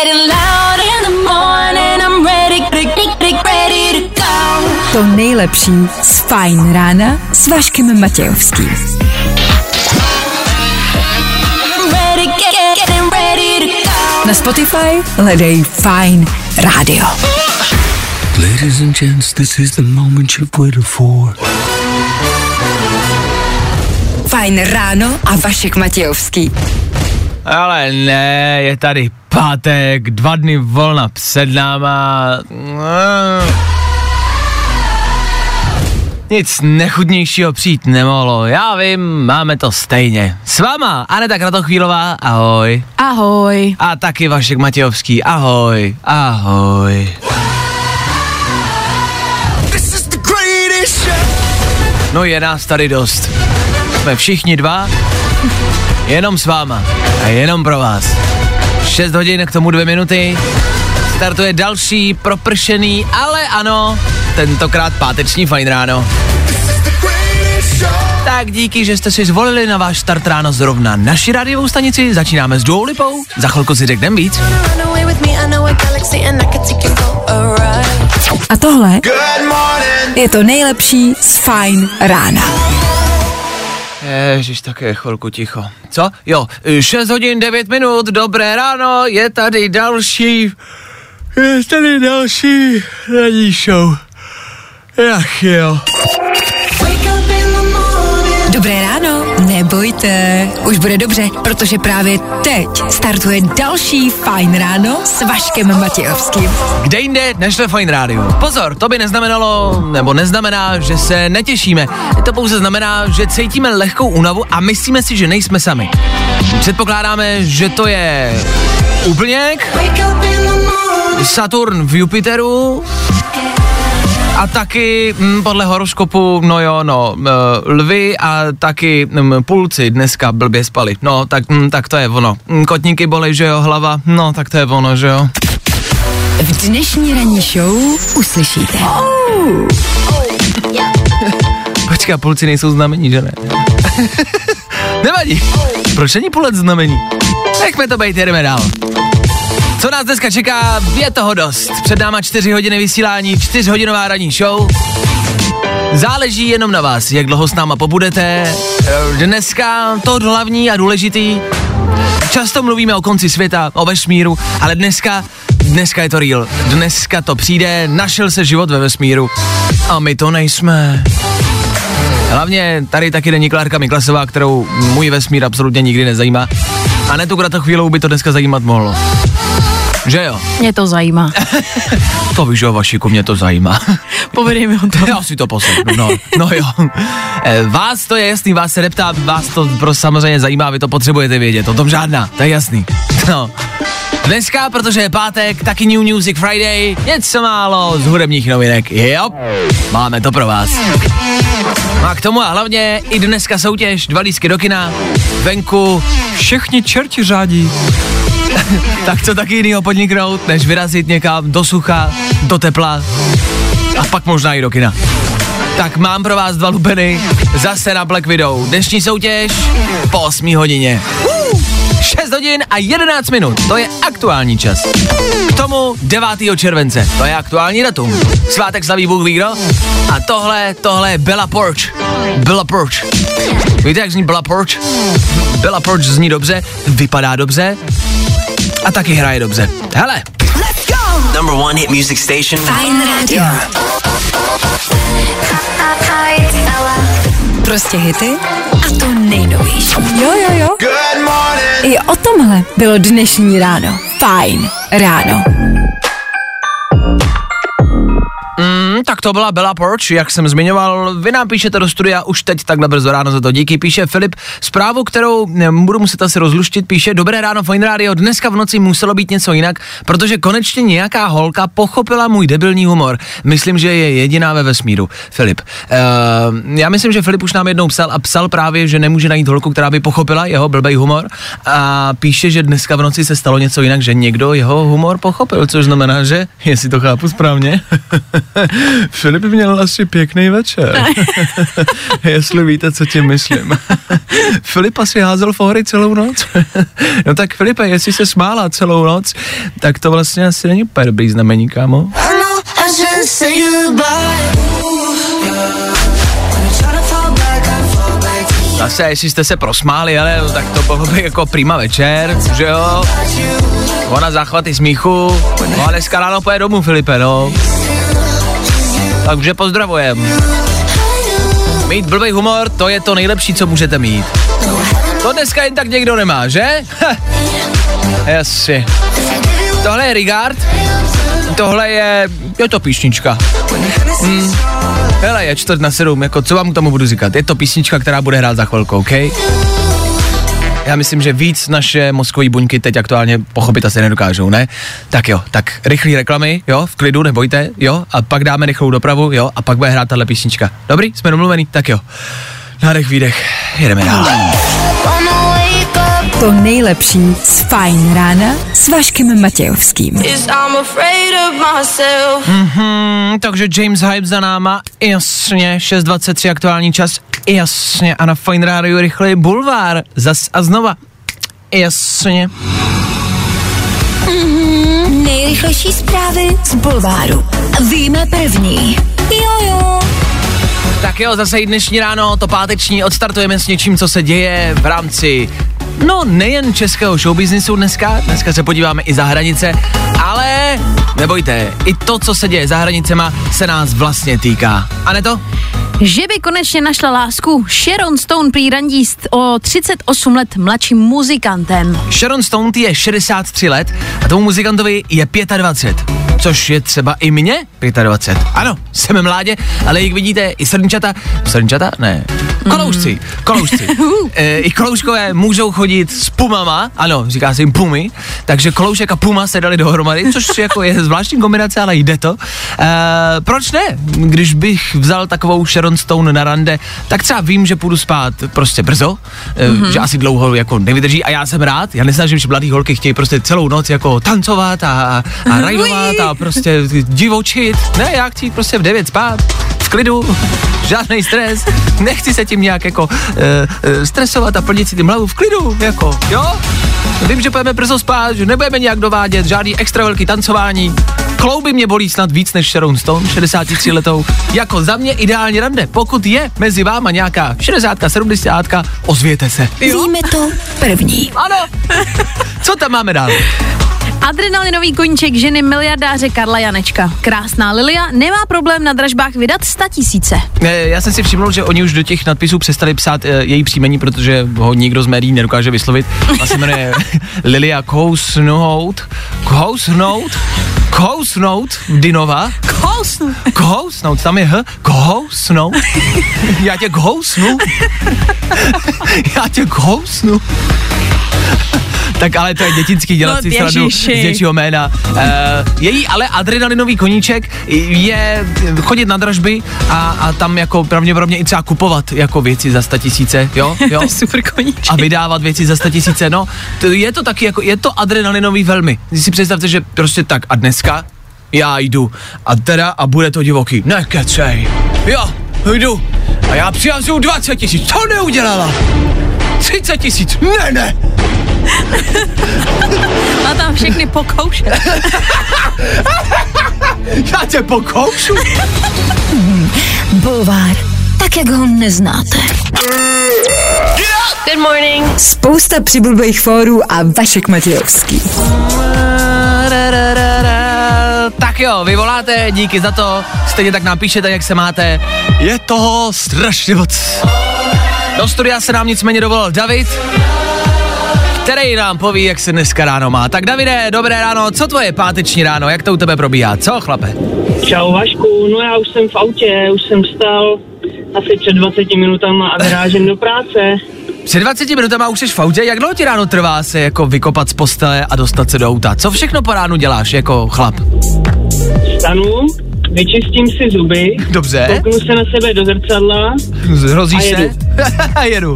To nejlepší z Fajn rána s Vaškem Matějovským. Na Spotify hledej Fajn Radio. Ladies and gents, this is the moment you've waited for. Fajn ráno a Vašek Matějovský. Ale ne, je tady pátek, 2 dny volna před náma. Nic nechutnějšího přijít nemohlo, já vím, máme to stejně. S váma Aneta Kratochvílová, ahoj. Ahoj. A taky Vašek Matějovský, ahoj, ahoj. No je nás tady dost. Jsme všichni dva, jenom s váma a jenom pro vás. 6 hodin, k tomu 2 minuty. Startuje další propršený, ale ano, tentokrát páteční Fajn ráno. Tak díky, že jste si zvolili na váš start ráno zrovna naši rádiovou stanici. Začínáme s Dua Lipou, za chvilku si řekneme víc. A tohle je to nejlepší z Fajn rána. Ježiš, také chvilku ticho. Co? Jo, 6 hodin 9 minut, dobré ráno, je tady další ranní show. Ach jo. Dobré ráno, nebojte, už bude dobře, protože právě teď startuje další Fajn ráno s Vaškem Matějovským. Kde jinde než ve Fajn rádiu? Pozor, to by neznamenalo, nebo neznamená, že se netěšíme. To pouze znamená, že cítíme lehkou únavu a myslíme si, že nejsme sami. Předpokládáme, že to je úplněk, Saturn v Jupiteru a taky podle horoskopu, lvy a taky pulci dneska blbě spali. No, tak to je ono. Kotníky bolej, že jo, hlava, no, tak to je ono, že jo. V dnešní ranní show uslyšíte. Počkej, pulci nejsou znamení, že ne? Nevadí. Proč není půlec znamení? Nechme to bejt, jedeme dál. Co nás dneska čeká, je toho dost. Před náma 4 hodiny vysílání, 4hodinová ranní show. Záleží jenom na vás, jak dlouho s náma pobudete. Dneska to hlavní a důležitý. Často mluvíme o konci světa, o vesmíru, ale dneska je to real. Dneska to přijde, našel se život ve vesmíru. A my to nejsme. Hlavně tady taky není Klárka Miklasová, kterou můj vesmír absolutně nikdy nezajímá. A ne tu Kratochvílovou by to dneska zajímat mohlo. Že jo? Mě to zajímá. To víš, jo, Vašiku, mě to zajímá. Povedej mi o to. Já si to poslechnu, no jo. Vás to je jasný, vás se neptá, vás to prostě samozřejmě zajímá, vy to potřebujete vědět, o tom žádná, to je jasný. No. Dneska, protože je pátek, taky New Music Friday, něco málo z hudebních novinek, jo, máme to pro vás. A k tomu a hlavně i dneska soutěž, 2 lístky do kina, venku všichni čerti řádí. Tak co taky jinýho podniknout, než vyrazit někam do sucha, do tepla a pak možná i do kina. Tak mám pro vás 2 lupeny, zase na Black Widow. Dnešní soutěž po 8 hodině. 6 hodin a 11 minut, to je aktuální čas. K tomu 9. července, to je aktuální datum. Svátek slaví Bůh ví kdo. A tohle je Bella Poarch. Bella Poarch. Víte, jak zní Bella Poarch? Bella Poarch zní dobře, vypadá dobře a taky hraje dobře. Hele. Let's go! Number 1 hit music station. Fajn rádio. Prostě hity a to nejnovější. Jo. Good morning. I o tomhle bylo dnešní ráno. Fajn ráno. Tak to byla Bella Poarch, jak jsem zmiňoval, vy nám píšete do studia už teď takhle brzo ráno, za to díky, píše Filip zprávu, kterou budu muset asi rozluštit, píše: dobré ráno Fajn rádio, dneska v noci muselo být něco jinak, protože konečně nějaká holka pochopila můj debilní humor, myslím, že je jediná ve vesmíru. Filip, já myslím, že Filip už nám jednou psal právě, že nemůže najít holku, která by pochopila jeho blbej humor a píše, že dneska v noci se stalo něco jinak, že někdo jeho humor pochopil, což znamená, že, jestli to chápu správně, Filip měl asi pěkný večer. Jestli víte, co tím myslím. Filip asi házel fóry celou noc. No tak Filipe, jestli se smála celou noc, tak to vlastně asi není úplně dobrý znamení, kámo. Zase, jestli jste se prosmáli, ale tak to bylo by jako prima večer, že jo? Ona záchvaty smíchu, no a dneska ráno poje domů, Filipe, no. Takže pozdravujem. Mít blbý humor, to je to nejlepší, co můžete mít. To dneska jen tak někdo nemá, že? Jasně. Tohle je Rigard, tohle je to písnička. Hele, je 6:45, jako co vám k tomu budu říkat? Je to písnička, která bude hrát za chvilku, OK? Já myslím, že víc naše mozkové buňky teď aktuálně pochopit asi nedokážou, ne? Tak jo, tak rychlý reklamy, jo, v klidu, nebojte, jo, a pak dáme rychlou dopravu, jo, a pak bude hrát tahle písnička. Dobrý, jsme domluvený? Tak jo. Nádech, výdech, jedeme dál. To nejlepší z Fajn rána s Vaškem Matějovským. Takže James Hype za náma, jasně, 6:23 aktuální čas, jasně, a na Fajn rádiu rychlej bulvár, zas a znova, jasně. Nejrychlejší zprávy z bulváru. Víme první. Jojo. Tak jo, zase i dnešní ráno, to páteční, odstartujeme s něčím, co se děje v rámci, no nejen českého showbiznisu dneska se podíváme i za hranice, ale nebojte, i to, co se děje za hranicema, se nás vlastně týká. A ne to? Že by konečně našla lásku, Sharon Stone prý randí o 38 let mladším muzikantem. Sharon Stone je 63 let a tomu muzikantovi je 25, což je třeba i mně 25. Ano, jsem mládě, ale jak vidíte, i srnčata? Ne. Koloušci. I kolouškové můžou chodit s pumama, ano, říká se jim pumy, takže koloušek a puma se dali dohromady, což jako je zvláštní kombinace, ale jde to. Proč ne? Když bych vzal takovou Sharon Stone na rande, tak třeba vím, že půjdu spát prostě brzo, že asi dlouho jako nevydrží a já jsem rád, já nesnažím, že mladý holky chtějí prostě celou noc jako tancovat a rajdovat a prostě divočit, ne, já chci prostě v 9 spát, v klidu, žádný stres, nechci se tím nějak jako stresovat a plnit si tím hlavu v klidu, jako, jo? Vím, že půjdeme brzo spát, že nebudeme nějak dovádět, žádný extra velký tancování. Klouby mě bolí snad víc než Sharon Stone, 63 letou. Jako za mě ideální rande. Pokud je mezi váma nějaká 60, 70, ozvěte se. Víme to první. Ano. Co tam máme dál? Adrenalinový koníček ženy miliardáře Karla Janečka. Krásná Lilia nemá problém na dražbách vydat 100 000. Já jsem si všiml, že oni už do těch nadpisů přestali psát její příjmení, protože ho nikdo z médií nedokáže vyslovit. A se jmenuje Lilia Kousnout Dinova. Kousnout, tam je Kousnout. Já tě kousnu. Tak ale to je dětinský, dělat si srandu z něčího jména. Její ale adrenalinový koníček je chodit na dražby a tam jako pravděpodobně i třeba kupovat jako věci za 100 000, jo? To je super koníček. A vydávat věci za 100 000, no. Je to taky jako, je to adrenalinový velmi. Když si představte, že prostě tak a dneska já jdu a bude to divoký. Nekecej. Jo, jdu. A já přihazuju 20 000, to neudělala. 30 000, ne. A tam všechny pokoušet. Já tě pokoušu. Bulvár, tak jak ho neznáte. Good morning. Spousta přibulbých fórů a Vašek Matějovský. Tak jo, vy voláte, díky za to, stejně tak nám píšete, jak se máte. Je toho strašně moc. Do studia se nám nicméně dovolal David, který nám poví, jak se dneska ráno má. Tak Davide, dobré ráno, co tvoje páteční ráno, jak to u tebe probíhá, co chlape? Čau Vašku, no já už jsem v autě, už jsem vstal asi před 20 minutama a vyrážím do práce. Před 20 minutama už jsi v autě, jak dlouho ti ráno trvá se jako vykopat z postele a dostat se do auta? Co všechno po ránu děláš jako chlap? Vstanu, vyčistím si zuby, Dobře. kouknu se na sebe do zrcadla Hrozíš a jedu. se? Jedu.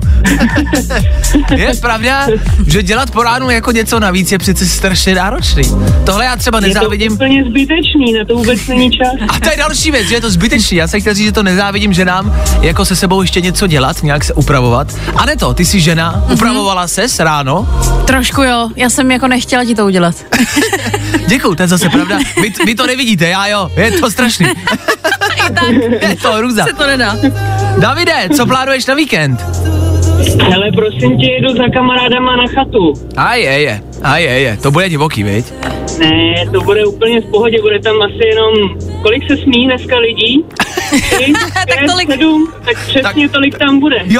Je pravda, že dělat po ránu jako něco navíc je přece strašně náročný. Tohle já třeba Je to nezávidím. úplně zbytečný, na to vůbec není čas. A to je další věc, že je to zbytečný. Já jsem chtěl říct, že to nezávidím ženám, jako se sebou ještě něco dělat, nějak se upravovat. A ne to, ty jsi žena, upravovala ses ráno. Trošku jo, já jsem jako nechtěla ti to udělat. Děkuju, to je zase pravda. Vy to nevidíte, já jo, je to strašný. Je to hrůza. Se to nedá. Davide, co plánuješ na víkend? Hele, prosím tě, jedu za kamarádama na chatu. A je, to bude divoký, viď? Ne, to bude úplně v pohodě, bude tam asi jenom, kolik se smí dneska lidí? 3, 5, tolik. 7, tak přesně tolik tam bude. Jo,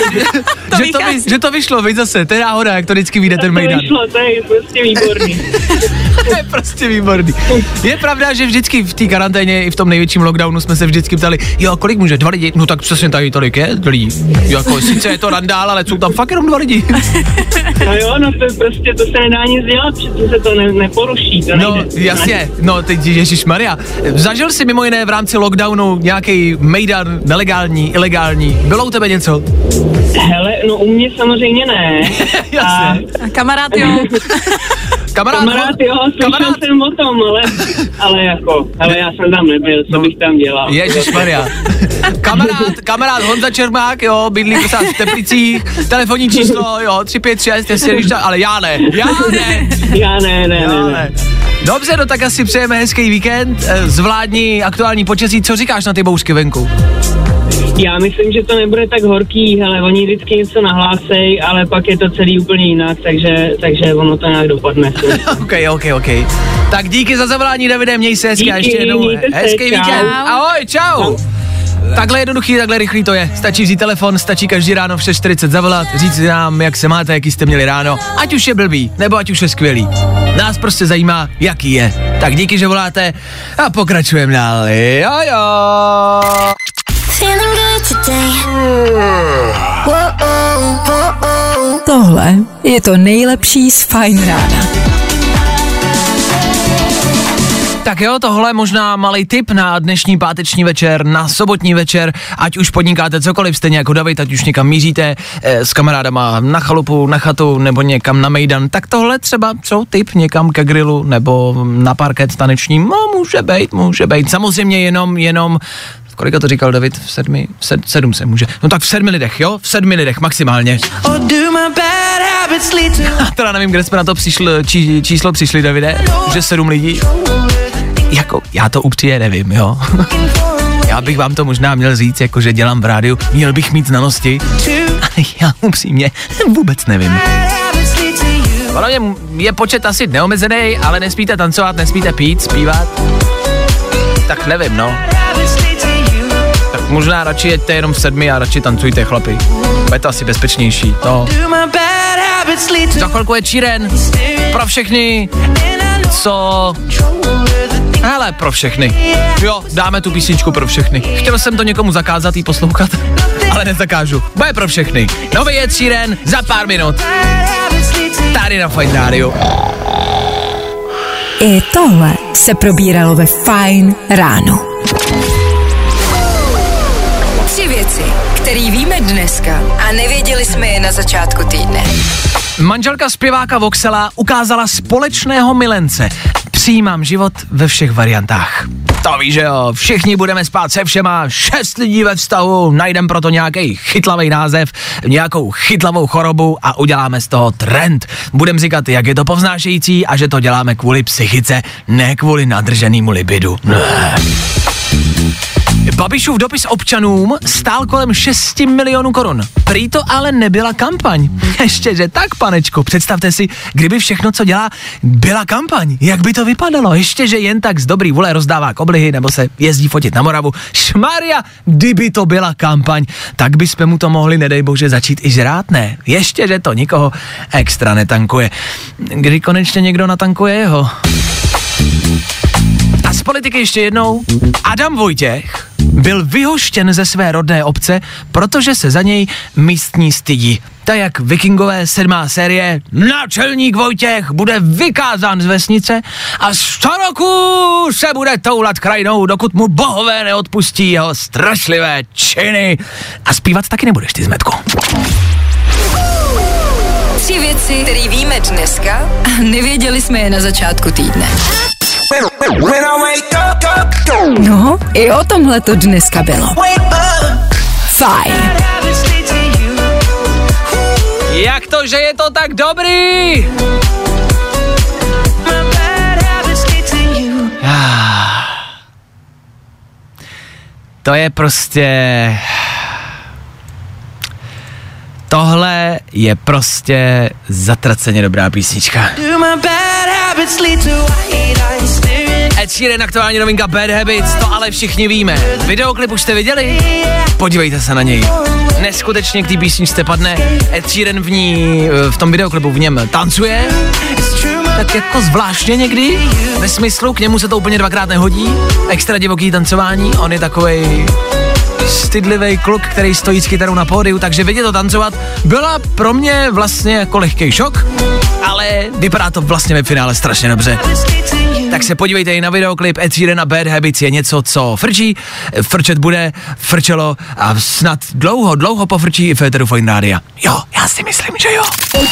že to vyšlo, viď zase, to je náhoda, jak to vždycky vyjde ten mejdan. To vyšlo, to je prostě výborný. To je prostě výborný. Je pravda, že vždycky v té karanténě i v tom největším lockdownu jsme se vždycky ptali, jo, kolik může, 2 lidi? No tak přesně tady tolik je lidí. Jako sice je to randál, ale jsou tam fakt jenom 2 lidi. No jo, no to prostě, to se nedá nic dělat, přece se to neporuší, to No nejde. jasně, no teď ježišmarja. Zažil jsi mimo jiné v rámci lockdownu nějaký mejdan, nelegální, ilegální? Bylo u tebe něco? Hele, no u mě samozřejmě ne. Jasně. A kamarád jo. Kamarád Jo, slyšel jsem o tom, ale já jsem tam nebyl, co bych tam dělal. Ježišmarja. Kamarád Honza Čermák, jo, bydlí v Teplicích, telefonní číslo, jo, 356, jestli když tam, ale já ne. Já ne. Dobře, no tak asi přejeme hezký víkend, zvládni aktuální počasí, co říkáš na ty bouřky venku? Já myslím, že to nebude tak horký, hele, oni vždycky něco nahlásej, ale pak je to celý úplně jinak, takže ono to nějak dopadne. OK. Tak díky za zavolání, Davide, měj se hezky Díky, a ještě jednou mějte se, hezký čau. víkend. Ahoj, čau. Takhle jednoduchý, takhle rychlý to je. Stačí vzít telefon, stačí každý ráno v 6:40 zavolat, říct nám, jak se máte, jaký jste měli ráno, ať už je blbý, nebo ať už je skvělý. Nás prostě zajímá, jaký je. Tak díky, že voláte a pokračujeme dál. Jo. Tohle je to nejlepší z Fajn rána. Tak jo, tohle je možná malej tip na dnešní páteční večer, na sobotní večer, ať už podnikáte cokoliv, stejně jako David, ať už někam míříte s kamarádama na chalupu, na chatu nebo někam na mejdan, tak tohle třeba, co, tip někam ke grilu nebo na parket taneční, no může být, samozřejmě jenom kolika to říkal David? V 7 se může. No tak v 7 lidech, jo? V 7 lidech maximálně. A teda nevím, kde jsme na to číslo přišli, Davide, že 7 lidí. Jako, já to upřímně nevím, jo. Já bych vám to možná měl říct, jako že dělám v rádiu, měl bych mít znalosti. Já upřímně vůbec nevím. Hlavně je počet asi neomezený, ale nesmíte tancovat, nesmíte pít, zpívat. Tak nevím, no. Tak možná radši jeďte jenom v 7 a radši tancujte, chlapi. Bude to asi bezpečnější, no. Za chvilku je Číren. Pro všechny, co... Hele, pro všechny. Jo, dáme tu písničku pro všechny. Chtěl jsem to někomu zakázat jí poslouchat, ale nezakážu. Bude pro všechny. Nový je Číren za pár minut. Tady na Fajn rádiu. I tohle se probíralo ve Fajn ráno. 3 věci, které víme dneska a nevěděli jsme je na začátku týdne. Manželka zpěváka Voxela ukázala společného milence. Přijímám život ve všech variantách. To víš, že jo, všichni budeme spát se všema, 6 lidí ve vztahu, najdem proto nějaký chytlavý název, nějakou chytlavou chorobu a uděláme z toho trend. Budem říkat, jak je to povznášející a že to děláme kvůli psychice, ne kvůli nadrženému libidu. Babišův dopis občanům stál kolem 6 milionů korun. Prý to ale nebyla kampaň. Ještě, že tak, panečku, představte si, kdyby všechno, co dělá, byla kampaň. Jak by to vypadalo? Ještě, že jen tak z dobrý vůle rozdává koblihy nebo se jezdí fotit na Moravu. Šmaria, kdyby to byla kampaň, tak bychom mu to mohli, nedej bože, začít i žrát, ne? Ještě, že to nikoho extra netankuje. Kdy konečně někdo natankuje jeho? A z politiky ještě jednou Adam Vojtěch byl vyhoštěn ze své rodné obce, protože se za něj místní stydí. Tak jak Vikingové 7. série, náčelník Vojtěch bude vykázán z vesnice a 100 roků se bude toulat krajinou, dokud mu bohové neodpustí jeho strašlivé činy. A zpívat taky nebudeš ty, Zmetku. 3 věci, které víme dneska a nevěděli jsme je na začátku týdne. No, i o tomhle to dneska bylo. Fajn. Jak to, že je to tak dobrý? To je prostě... Tohle je prostě zatraceně dobrá písnička. Ed Sheeran, aktuální novinka Bad Habits, to ale všichni víme. Videoklip už jste viděli? Podívejte se na něj. Neskutečně k té písničce padne. Ed Sheeran v tom videoklipu v něm tancuje. Tak jako zvláštně někdy, ve smyslu, k němu se to úplně 2krát nehodí. Extra divoký tancování, on je takovej stydlivý kluk, který stojí s kytarou na pódiu, takže vidět to tancovat byla pro mě vlastně jako lehký šok, ale vypadá to vlastně ve finále strašně dobře. Tak se podívejte i na videoklip. Ed Sheeran a Bad Habits je něco, co frčí, frčet bude, frčelo a snad dlouho pofrčí i v éteru Fajn rádia. Jo, já si myslím, že jo.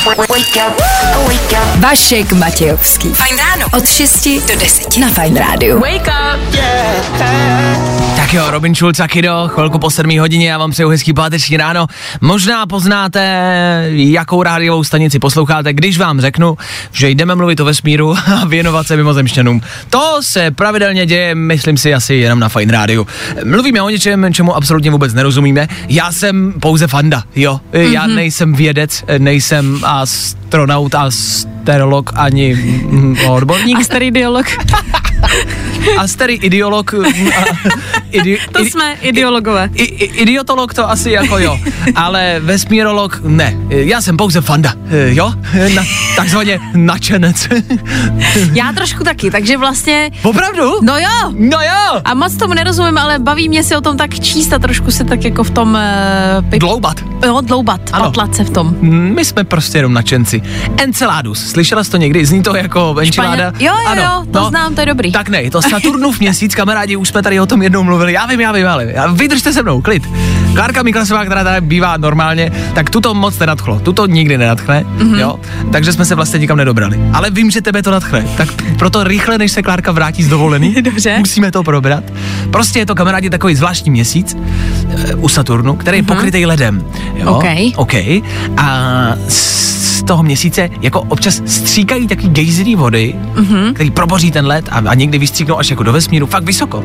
Vašek Matějovský. Fajn ráno. Od 6 do 10 na Fajn rádiu. Wake up. Tak jo, Robin Schulz a Kido, chvilku po 7 hodině, já vám přeju hezký páteční ráno. Možná poznáte, jakou rádiovou stanici posloucháte, když vám řeknu, že jdeme mluvit o vesmíru a věnovat se mimozemšťanům. To se pravidelně děje, myslím si, asi jenom na Fajn rádiu. Mluvíme o něčem, čemu absolutně vůbec nerozumíme. Já jsem pouze fanda, jo. Já nejsem vědec, nejsem astronaut, asterolog, ani odborník. Asteridiolog. Asteridiolog. To jsme ideologové. Idiotolog to asi jako jo, ale vesmírolog ne. Já jsem pouze fanda, jo? Takzvaně nadšenec. Já trošku taky, takže vlastně... Opravdu? No jo. No jo. A moc tomu nerozumím, ale baví mě si o tom tak číst a trošku se tak jako v tom... Dloubat. Jo, dloubat, patlat se v tom. My jsme prostě jenom nadšenci. Enceladus, slyšela jsi to někdy? Zní to jako enchilada? Jo, to znám, to je dobrý. Tak ne, je to Saturnův měsíc, kamarádi, už jsme tady o tom jednou mluvili. Já vím, ale vydržte se mnou, klid. Klárka Miklasová, která tady bývá normálně, tak tuto moc nenadchlo, tuto nikdy nenadchne, jo, takže jsme se vlastně nikam nedobrali. Ale vím, že tebe to nadchne, tak proto rychle, než se Klárka vrátí z dovolený, dobře, musíme to probrat. Prostě je to, kamarádi, takový zvláštní měsíc u Saturnu, který je pokrytý ledem, jo, OK. A z toho měsíce jako občas stříkají taky gejzerý vody, který proboří ten led a někdy vystříknou až jako do vesmíru, fakt vysoko.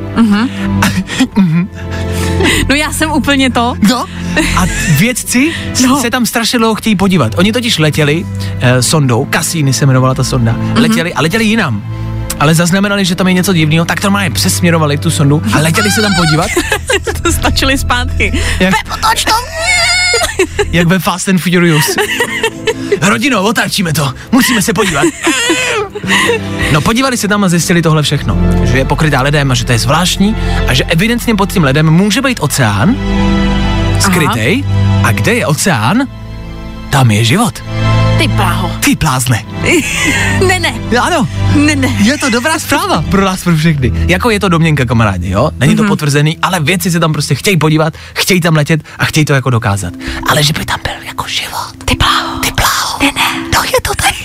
No já jsem úplně to. No a vědci se tam strašně dlouho chtějí podívat. Oni totiž letěli sondou, Cassini se jmenovala ta sonda, letěli jinam. Ale zaznamenali, že tam je něco divného, tak to normálně přesměrovali tu sondu a letěli se tam podívat. To stačili zpátky. Potoč to! Jak ve Fast and Furious. Rodino, otáčíme to, musíme se podívat. No podívali se tam a zjistili tohle všechno, že je pokrytá ledem a že to je zvláštní a že evidentně pod tím ledem může být oceán skrytej. A kde je oceán, tam je život. Ty bláho. Ty plázne. Ne. Ano. Ne. Je to dobrá zpráva pro nás, pro všechny. Jako je to domněnka, kamarádi, jo? Není to potvrzený, ale vědci se tam prostě chtějí podívat, chtějí tam letět a chtějí to jako dokázat. Ale že by tam byl jako život. Ty bláho. Ne. No je to tak.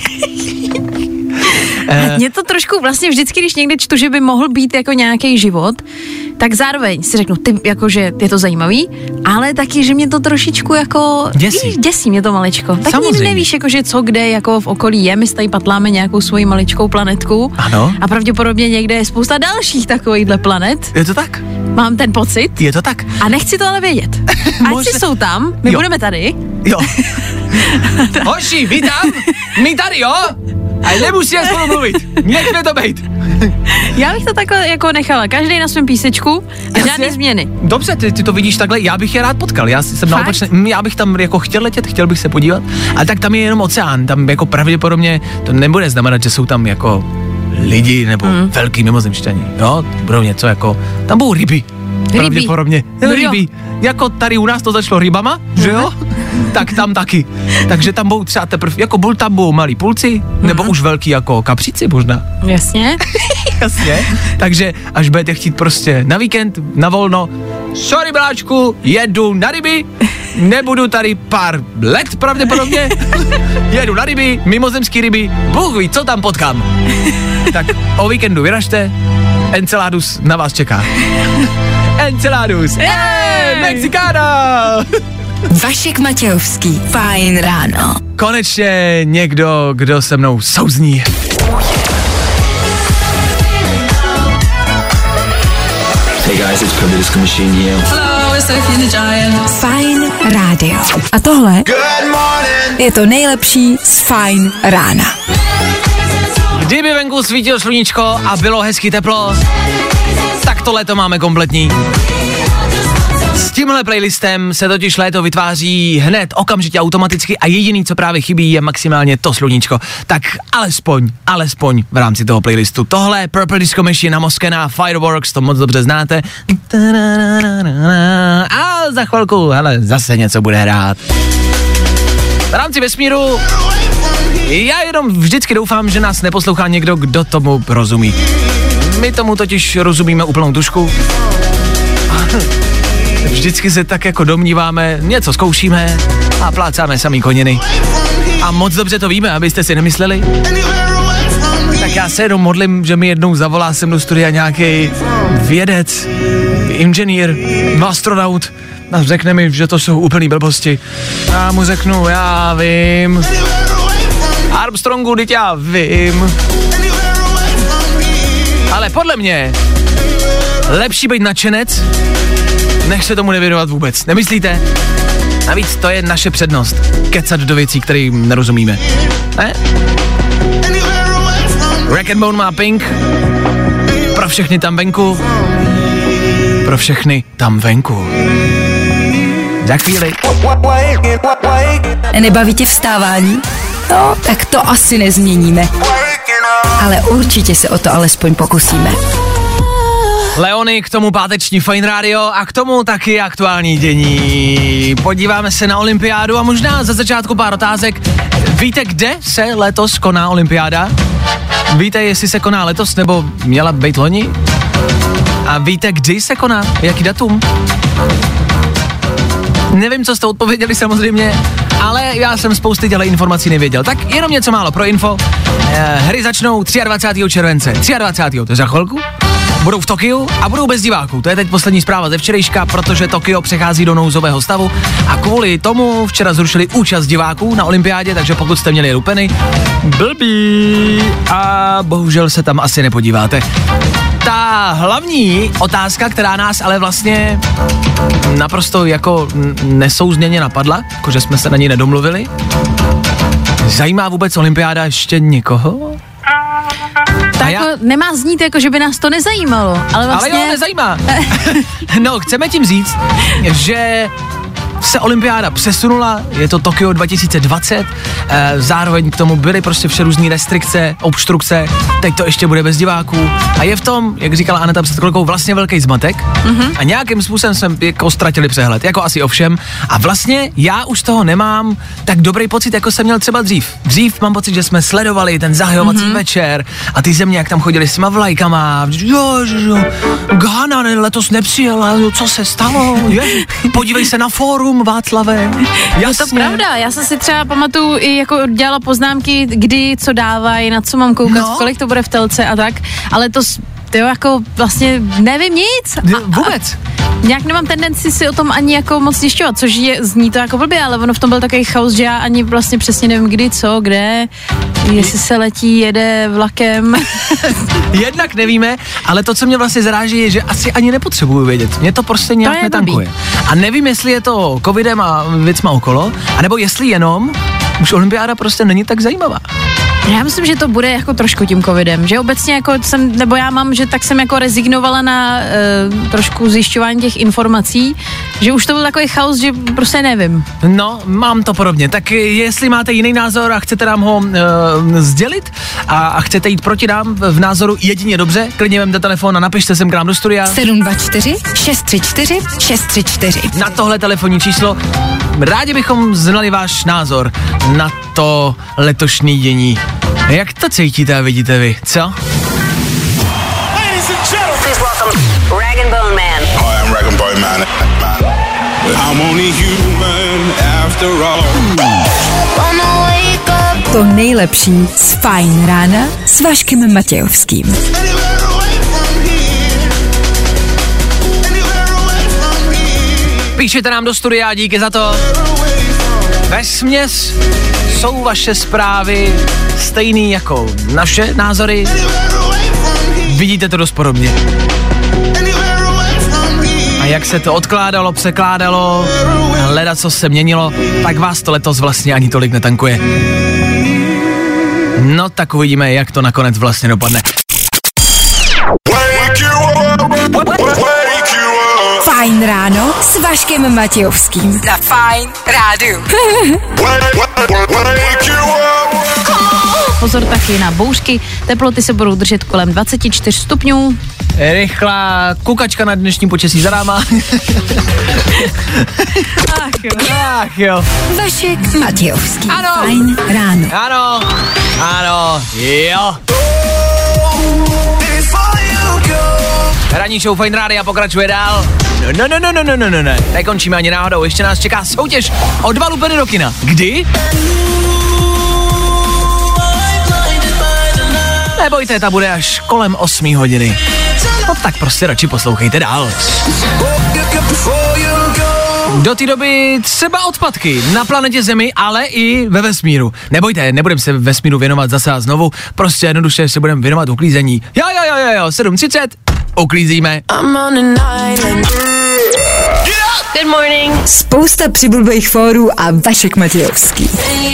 Mě to trošku vlastně vždycky, když někde čtu, že by mohl být jako nějaký život, tak zároveň si řeknu, ty, jako, že je to zajímavý, ale taky, že mě to trošičku jako... Děsí mě to maličko. Tak nikdy nevíš, jako, že co kde jako v okolí je, my tady patláme nějakou svoji maličkou planetku. Ano. A pravděpodobně někde je spousta dalších takovýchhle planet. Je to tak? Mám ten pocit. Je to tak. A nechci to ale vědět. Ať si jsou tam, my budeme tady. Jo. Hoši, vítám, my tady, jo? A nemusíme spolu mluvit, nechme to být. Já bych to takhle jako nechala, každý na svém písečku a žádné změny. Dobře, ty to vidíš takhle, já bych je rád potkal, já bych tam jako chtěl letět, chtěl bych se podívat, ale tak tam je jenom oceán, tam jako pravděpodobně to nebude znamenat, že jsou tam jako lidi nebo velký mimozemšťani, jo, budou něco jako, tam budou ryby. pravděpodobně. Ryby. Jako tady u nás to začalo rybama, že jo? Tak tam taky. Takže tam budou třeba teprve, jako tam budou malí pulci, nebo už velký jako kapříci možná. Jasně. Jasně. Takže až budete chtít prostě na víkend, na volno, sorry bráčku, jedu na ryby, nebudu tady pár let pravděpodobně, jedu na ryby, mimozemský ryby, Bůh ví, co tam potkám. Tak o víkendu vyražte, Enceladus na vás čeká. Enceladus, Mexikána! Vašek Matějovský, Fajn ráno. Konečně někdo, kdo se mnou souzní. Hey guys, it's Cody Disco Machine here. Hello, it's Sophie the Giant. Fajn rádio. A tohle je to nejlepší z Fajn rána. Kdyby venku svítilo sluníčko a bylo hezky teplo, tak to léto máme kompletní. S tímhle playlistem se totiž léto vytváří hned, okamžitě, automaticky a jediný, co právě chybí, je maximálně to sluníčko. Tak alespoň v rámci toho playlistu. Tohle je Purple Disco Machine a Moskena, Fireworks, to moc dobře znáte. A za chvilku, hele, zase něco bude hrát. V rámci vesmíru já jenom vždycky doufám, že nás neposlouchá někdo, kdo tomu rozumí. My tomu totiž rozumíme úplnou tušku. Vždycky se tak jako domníváme, něco zkoušíme a plácáme samý koniny. A moc dobře to víme, abyste si nemysleli. Tak já se jenom modlím, že mi jednou zavolá sem do studia nějaký vědec, inženýr, astronaut a řekne mi, že to jsou úplný blbosti. Já mu řeknu, já vím. Armstrongu, teď já vím. Ale podle mě lepší být nadšenec, než se tomu nevěnovat vůbec. Nemyslíte? Navíc to je naše přednost. Kecat do věcí, kterým nerozumíme. Ne? Rack and Bone má Pink. Pro všechny tam venku. Pro všechny tam venku. Za chvíli. Nebaví tě vstávání? No, tak to asi nezměníme. Ale určitě se o to alespoň pokusíme. Leony, k tomu páteční Fajn rádio a k tomu taky aktuální dění. Podíváme se na olympiádu a možná za začátku pár otázek. Víte, kde se letos koná olympiáda? Víte, jestli se koná letos nebo měla být loni? A víte, kdy se koná? Jaký datum? Nevím, co jste odpověděli samozřejmě, ale já jsem spousty těle informací nevěděl. Tak jenom něco málo pro info. Hry začnou 23. července. 23. to je za chvilku. Budou v Tokiu a budou bez diváků. To je teď poslední zpráva ze včerejška, protože Tokio přechází do nouzového stavu a kvůli tomu včera zrušili účast diváků na olympiádě, takže pokud jste měli lupeny, blbý a bohužel se tam asi nepodíváte. Ta hlavní otázka, která nás ale vlastně naprosto jako nesouzněně napadla, jakože jsme se na ní nedomluvili. Zajímá vůbec olympiáda ještě někoho? Tak jako nemá znít, jako že by nás to nezajímalo, ale vlastně... Ale jo, nezajímá. No, chceme tím říct, že se olympiáda přesunula, je to Tokio 2020, zároveň k tomu byly prostě vše různý restrikce, obstrukce, teď to ještě bude bez diváků a je v tom, jak říkala Aneta před chvilkou, vlastně velký zmatek a nějakým způsobem jsme jako ztratili přehled, jako asi ovšem a vlastně já už toho nemám tak dobrý pocit, jako jsem měl třeba dřív. Dřív mám pocit, že jsme sledovali ten zahajovací večer a ty země, jak tam chodili s těma vlajkama, jo, Ghana letos nepřijela, co se stalo, podívej se na fórum, Václave. Je to pravda, já jsem si třeba pamatuju i jako dělala poznámky, kdy, co dávají, na co mám koukat, kolik to bude v telce a tak, ale to jako vlastně nevím nic. Vůbec. Nějak nemám tendenci si o tom ani jako moc zjišťovat, což zní to jako blbě, ale ono v tom byl takový chaos, že já ani vlastně přesně nevím kdy, co, kde, jestli se letí, jede vlakem. Jednak nevíme, ale to, co mě vlastně zaráží, je, že asi ani nepotřebuju vědět. Mě to prostě nějak netankuje. A nevím, jestli je to covidem a věcma okolo, anebo jestli jenom už olympiáda prostě není tak zajímavá. Já myslím, že to bude jako trošku tím covidem, že obecně jako já mám, že tak jsem jako rezignovala na trošku zjišťování těch informací, že už to byl takový chaos, že prostě nevím. No, mám to podobně, tak jestli máte jiný názor a chcete nám ho sdělit a chcete jít proti nám v názoru jedině dobře, klidně vemte telefon a napište sem k nám do studia. 724 634 634. Na tohle telefonní číslo rádi bychom znali váš názor na to letošní dění. Jak to cítíte a vidíte vy, co? Ladies and gentlemen, please welcome Rag & Bone Man. Hi, I'm Rag & Bone Man. I'm only human after all. To nejlepší z Fajn rána s Vaškem Matějovským. Píšete nám do studia, díky za to. Vesměs jsou vaše zprávy stejný jako naše názory? Vidíte to dost podobně. A jak se to odkládalo, překládalo, hleda, co se měnilo, tak vás to letos vlastně ani tolik netankuje. No tak uvidíme, jak to nakonec vlastně dopadne. Fajn ráno s Vaškem Matějovským. Na Fajn rádiu. Pozor taky na bouřky, teploty se budou držet kolem 24 stupňů. Rychlá kukačka na dnešní počasí za náma. Ach jo. Vašek Matějovský. Ano. Fajn ráno. Ano, jo. Ranní show Fajn rádia pokračuje dál. No. Nekončíme ani náhodou, ještě nás čeká soutěž o 2 lupeny do kina. Kdy? Nebojte, ta bude až kolem 8 hodiny. No tak prostě radši poslouchejte dál. Do té doby třeba odpadky na planetě Zemi, ale i ve vesmíru. Nebojte, nebudeme se vesmíru věnovat zase a znovu, prostě jednoduše se budeme věnovat uklízení. Jo, 7:30, uklízíme. Good morning. Spousta přibulbých fórů a Vašek Matějovský.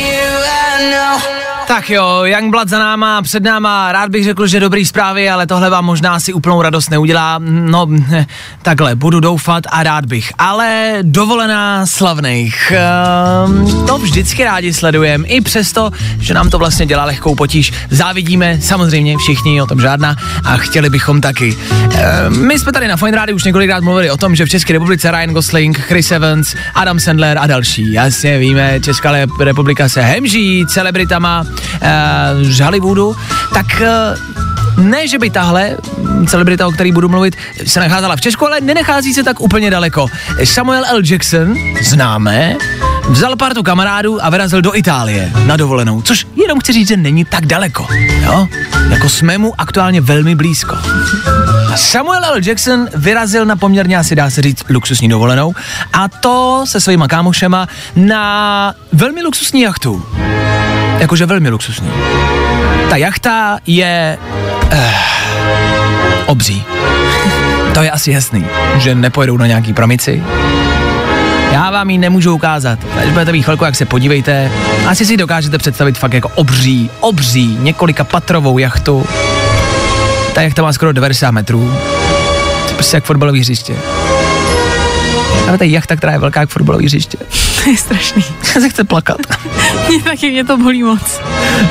Tak jo, Youngblood za náma, před náma, rád bych řekl, že dobrý zprávy, ale tohle vám možná si úplnou radost neudělá. No, takhle, budu doufat a rád bych. Ale dovolená slavných, to vždycky rádi sledujeme, i přesto, že nám to vlastně dělá lehkou potíž. Závidíme, samozřejmě, všichni, o tom žádná, a chtěli bychom taky. My jsme tady na Fajn rádiu už několikrát mluvili o tom, že v České republice Ryan Gosling, Chris Evans, Adam Sandler a další. Jasně, víme, Česká republika se hemží celebritama z Hollywoodu, tak ne, že by tahle celebrita, o který budu mluvit, se nacházela v Česku, ale nenechází se tak úplně daleko. Samuel L. Jackson, známe, vzal partu kamarádů a vyrazil do Itálie na dovolenou, což jenom chci říct, že není tak daleko, jo? Jako jsme mu aktuálně velmi blízko. A Samuel L. Jackson vyrazil na poměrně, asi dá se říct, luxusní dovolenou, a to se svýma kámošema na velmi luxusní jachtu. Jakože velmi luxusní. Ta jachta je obří. To je asi jasný, že nepojedou na nějaký pramici. Já vám ji nemůžu ukázat. Až budete mít chvilku, jak se podívejte. Asi si dokážete představit fakt jako obří, několika patrovou jachtu. Ta jachta má skoro 90 metrů. To je prostě jak fotbalové hřiště. Ale ta jachta, která je velká jak fotbalové hřiště. To je strašný. Já se chce plakat. Mě to bolí moc.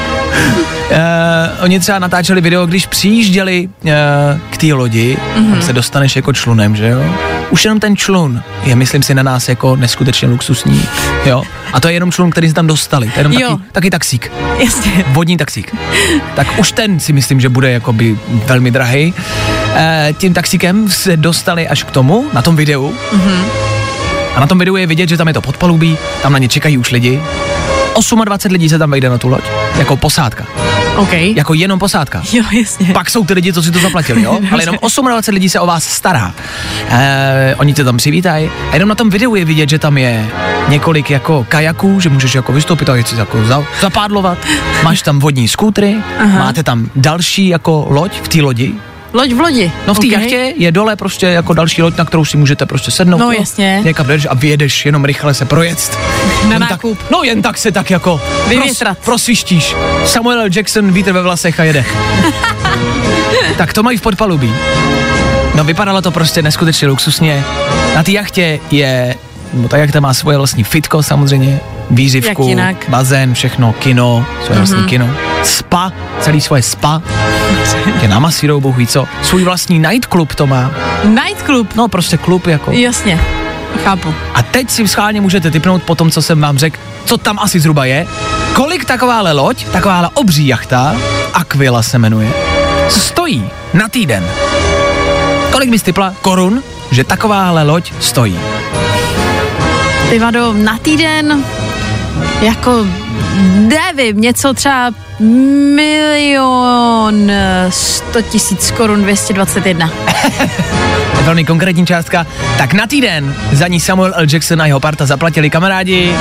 Oni třeba natáčeli video, když přijížděli k té lodi, tam se dostaneš jako člunem, že jo? Už jenom ten člun je, myslím si, na nás jako neskutečně luxusní, jo? A to je jenom člun, který se tam dostali, to je jenom taky taxík. Jasně. Vodní taxík. Tak už ten si myslím, že bude jakoby velmi drahý. Tím taxíkem se dostali až k tomu, na tom videu. A na tom videu je vidět, že tam je to podpalubí, tam na ně čekají už lidi. 28 lidí se tam vejde na tu loď, jako posádka. Okay. Jako jenom posádka. Jo, jasně. Pak jsou ty lidi, co si to zaplatili, jo? Ale jenom 28 lidí se o vás stará. Oni tě tam přivítají a jenom na tom videu je vidět, že tam je několik jako kajaků, že můžeš jako vystoupit a si jako zapádlovat. Máš tam vodní skútry, máte tam další jako loď v té lodi, Loď v lodi. No v té jachtě je dole prostě jako další loď, na kterou si můžete prostě sednout. No jasně. Někam jdeš a vyjedeš, jenom rychle se projet. Na nákup. Jen tak se tak jako prosvištíš. Samuel L. Jackson, vítr ve vlasech a jede. Tak to mají v podpalubí. No vypadalo to prostě neskutečně luxusně. Na té jachtě ta jachta má svoje vlastní fitko samozřejmě, výřivku, bazén, všechno, kino, svoje vlastní kino, spa, celý svoje spa, tě namasírou, bůh ví co, svůj vlastní nightclub to má. Nightclub? No prostě klub jako. Jasně, chápu. A teď si schválně můžete tipnout po tom, co jsem vám řekl, co tam asi zhruba je, kolik takováhle loď, takováhle obří jachta, Aquila se jmenuje, stojí na týden. Kolik bys tipla korun, že takováhle loď stojí? Ty vado, na týden, jako, nevím, něco třeba 1 100 000 korun 221. Velmi konkrétní částka. Tak na týden za ní Samuel L. Jackson a jeho parta zaplatili kamarádi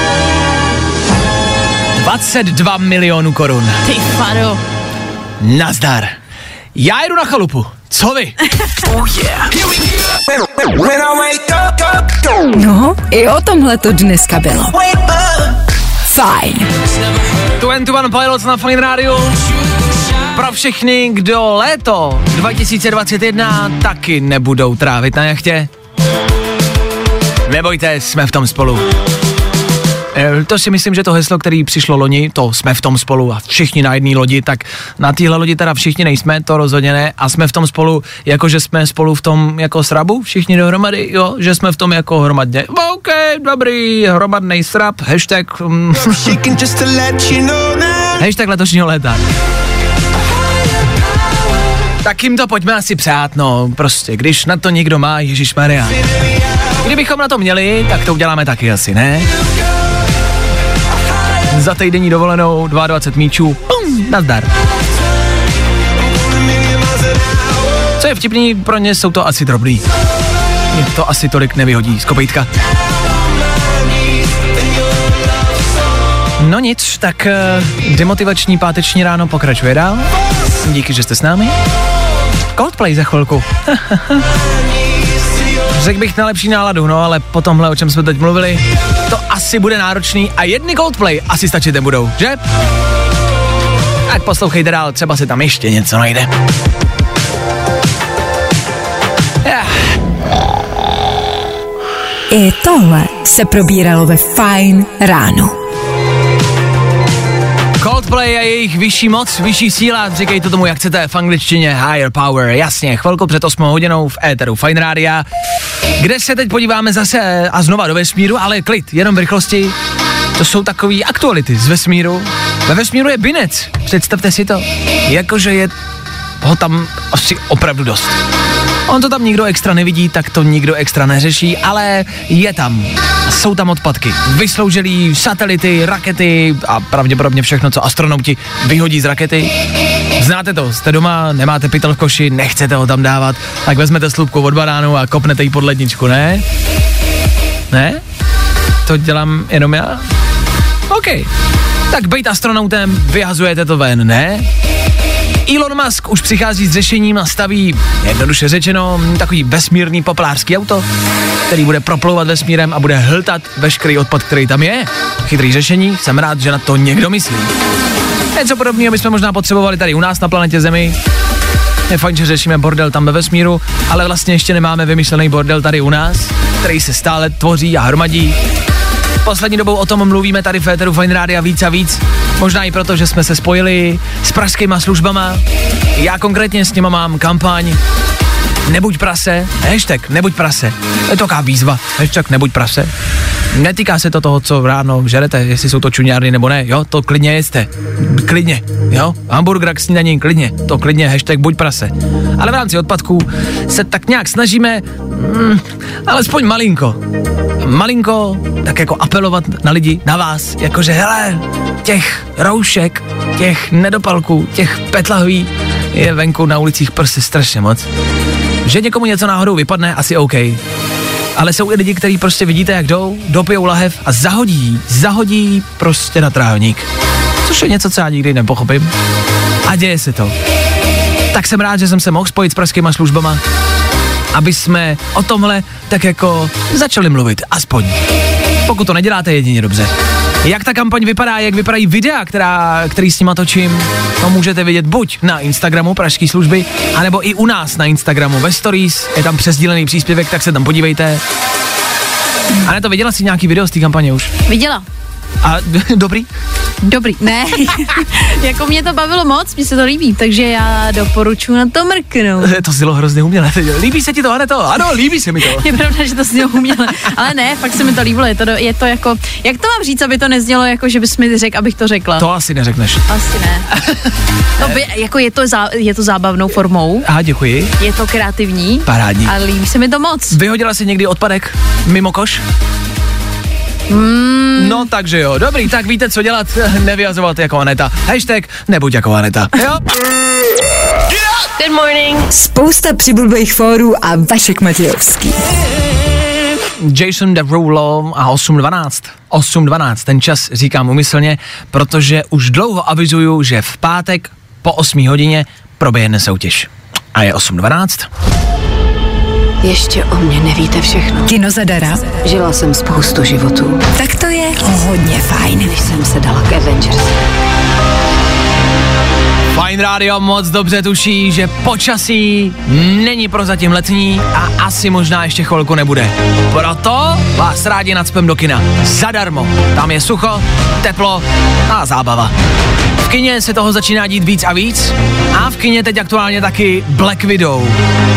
22 milionů korun. Ty vado. Nazdar. Já jedu na chalupu. Co vy? Oh yeah. No, i o tomhle to dneska bylo. Fajn. 21 Pilots na Fajn rádiu. Pro všechny, kdo léto 2021 taky nebudou trávit na jachtě. Nebojte, jsme v tom spolu. To si myslím, že to heslo, který přišlo loni, to jsme v tom spolu a všichni na jedné lodi, tak na téhle lodi teda všichni nejsme, to rozhodně ne, a jsme v tom spolu, jakože jsme spolu v tom jako srabu, všichni dohromady, jo, že jsme v tom jako hromadně. OK, dobrý, hromadnej srab, hashtag letošního léta. Tak jim to pojďme asi přát, no, prostě, když na to někdo má, ježišmarja. Kdybychom na to měli, tak to uděláme taky asi, ne? Za týdenní dovolenou 22 míčů, nazdar. Co je vtipný, pro ně jsou to asi drobný. Mě to asi tolik nevyhodí z kopejtka. No nic, tak demotivační páteční ráno pokračuje dál. Díky, že jste s námi. Coldplay za chvilku. Řekl bych na lepší náladu, no ale po tomhle, o čem jsme teď mluvili, to asi bude náročný a jedny Coldplay asi stačit nebudou, že? Tak poslouchejte dál, třeba se tam ještě něco najde. I tohle se probíralo ve Fajn ráno. Coldplay a jejich vyšší moc, vyšší síla, říkejte tomu, jak chcete, v angličtině higher power, jasně, chvilku před 8 hodinou v éteru Fajn rádia, kde se teď podíváme zase a znova do vesmíru, ale klid, jenom v rychlosti, to jsou takový aktuality z vesmíru. Ve vesmíru je binec, představte si to, jakože je ho tam asi opravdu dost. On to tam nikdo extra nevidí, tak to nikdo extra neřeší, ale je tam. Jsou tam odpadky, vysloužilý satelity, rakety a pravděpodobně všechno, co astronauti vyhodí z rakety. Znáte to, jste doma, nemáte pytel v koši, nechcete ho tam dávat, tak vezmete slupku od banánu a kopnete ji pod ledničku, ne? Ne? To dělám jenom já? OK. Tak bejt astronautem, vyhazujete to ven, ne? Elon Musk už přichází s řešením a staví, jednoduše řečeno, takový vesmírný popelářský auto, který bude proplouvat vesmírem a bude hltat veškerý odpad, který tam je. Chytrý řešení, jsem rád, že na to někdo myslí. Něco podobného bychom možná potřebovali tady u nás na planetě Zemi. Je fajn, že řešíme bordel tam ve vesmíru, ale vlastně ještě nemáme vymyšlený bordel tady u nás, který se stále tvoří a hromadí. Poslední dobou o tom mluvíme tady v éteru Fajn rádia víc a víc. Možná i proto, že jsme se spojili s pražskýma službama. Já konkrétně s nima mám kampaň Nebuď prase, hashtag Nebuď prase. Je to taková výzva, hashtag Nebuď prase. Netýká se to toho, co ráno žerete, jestli jsou to čuňárny nebo ne, jo, to klidně jeste, klidně, jo, hamburger k snídaní, klidně, to klidně, hashtag Buď prase. Ale v rámci odpadků se tak nějak snažíme, alespoň malinko, tak jako apelovat na lidi, na vás, jakože hele, těch roušek, těch nedopalků, těch petlahví je venku na ulicích prostě strašně moc. Že někomu něco náhodou vypadne, asi OK. Ale jsou i lidi, kteří prostě vidíte, jak jdou, dopijou lahev a zahodí prostě na trávník. Což je něco, co já nikdy nepochopím. A děje se to. Tak jsem rád, že jsem se mohl spojit s pražskýma službama, aby jsme o tomhle tak jako začali mluvit, aspoň. Pokud to neděláte, jedině dobře. Jak ta kampaň vypadá, jak vypadají videa, který s nima točím, to můžete vidět buď na Instagramu Pražský služby, anebo i u nás na Instagramu ve stories, je tam přesdílený příspěvek, tak se tam podívejte. A ne, to viděla jsi nějaký video z té kampaně už? Viděla. A dobrý? Dobrý, ne, jako mě to bavilo moc, mně se to líbí, takže já doporučuji na to mrknout. To znělo hrozně uměle. Líbí se ti to, Aneto? Ano, líbí se mi to. Je pravda, že to znělo uměle, ale ne, fakt se mi to líbilo, je to jako, jak to mám říct, aby to neznělo jako, že bys mi řekl, abych to řekla. To asi neřekneš. Asi ne. To by, jako je to zábavnou formou. Aha, děkuji. Je to kreativní. Parádní. A líbí se mi to moc. Vyhodila jsi někdy odpadek mimo koš? No takže jo, dobrý, tak víte co dělat, nevyjazovat jako Aneta. Hashtag nebuď jako Aneta, jo? Good morning. Spousta přibulbých fórů a Vašek Matějovský. Jason Derulo a 8:12. 8:12, ten čas říkám umyslně, protože už dlouho avizuju, že v pátek po 8 hodině proběhne soutěž. A je 8:12. Ještě o mě nevíte všechno. Kino zadara. Žila jsem spoustu životů. Tak to je hodně fajn. Když jsem se dala k Avengers. Fajn rádio moc dobře tuší, že počasí není prozatím letní a asi možná ještě chvilku nebude. Proto vás rádi nacpem do kina. Zadarmo. Tam je sucho, teplo a zábava. V kině se toho začíná dít víc a víc a v kině teď aktuálně taky Black Widow.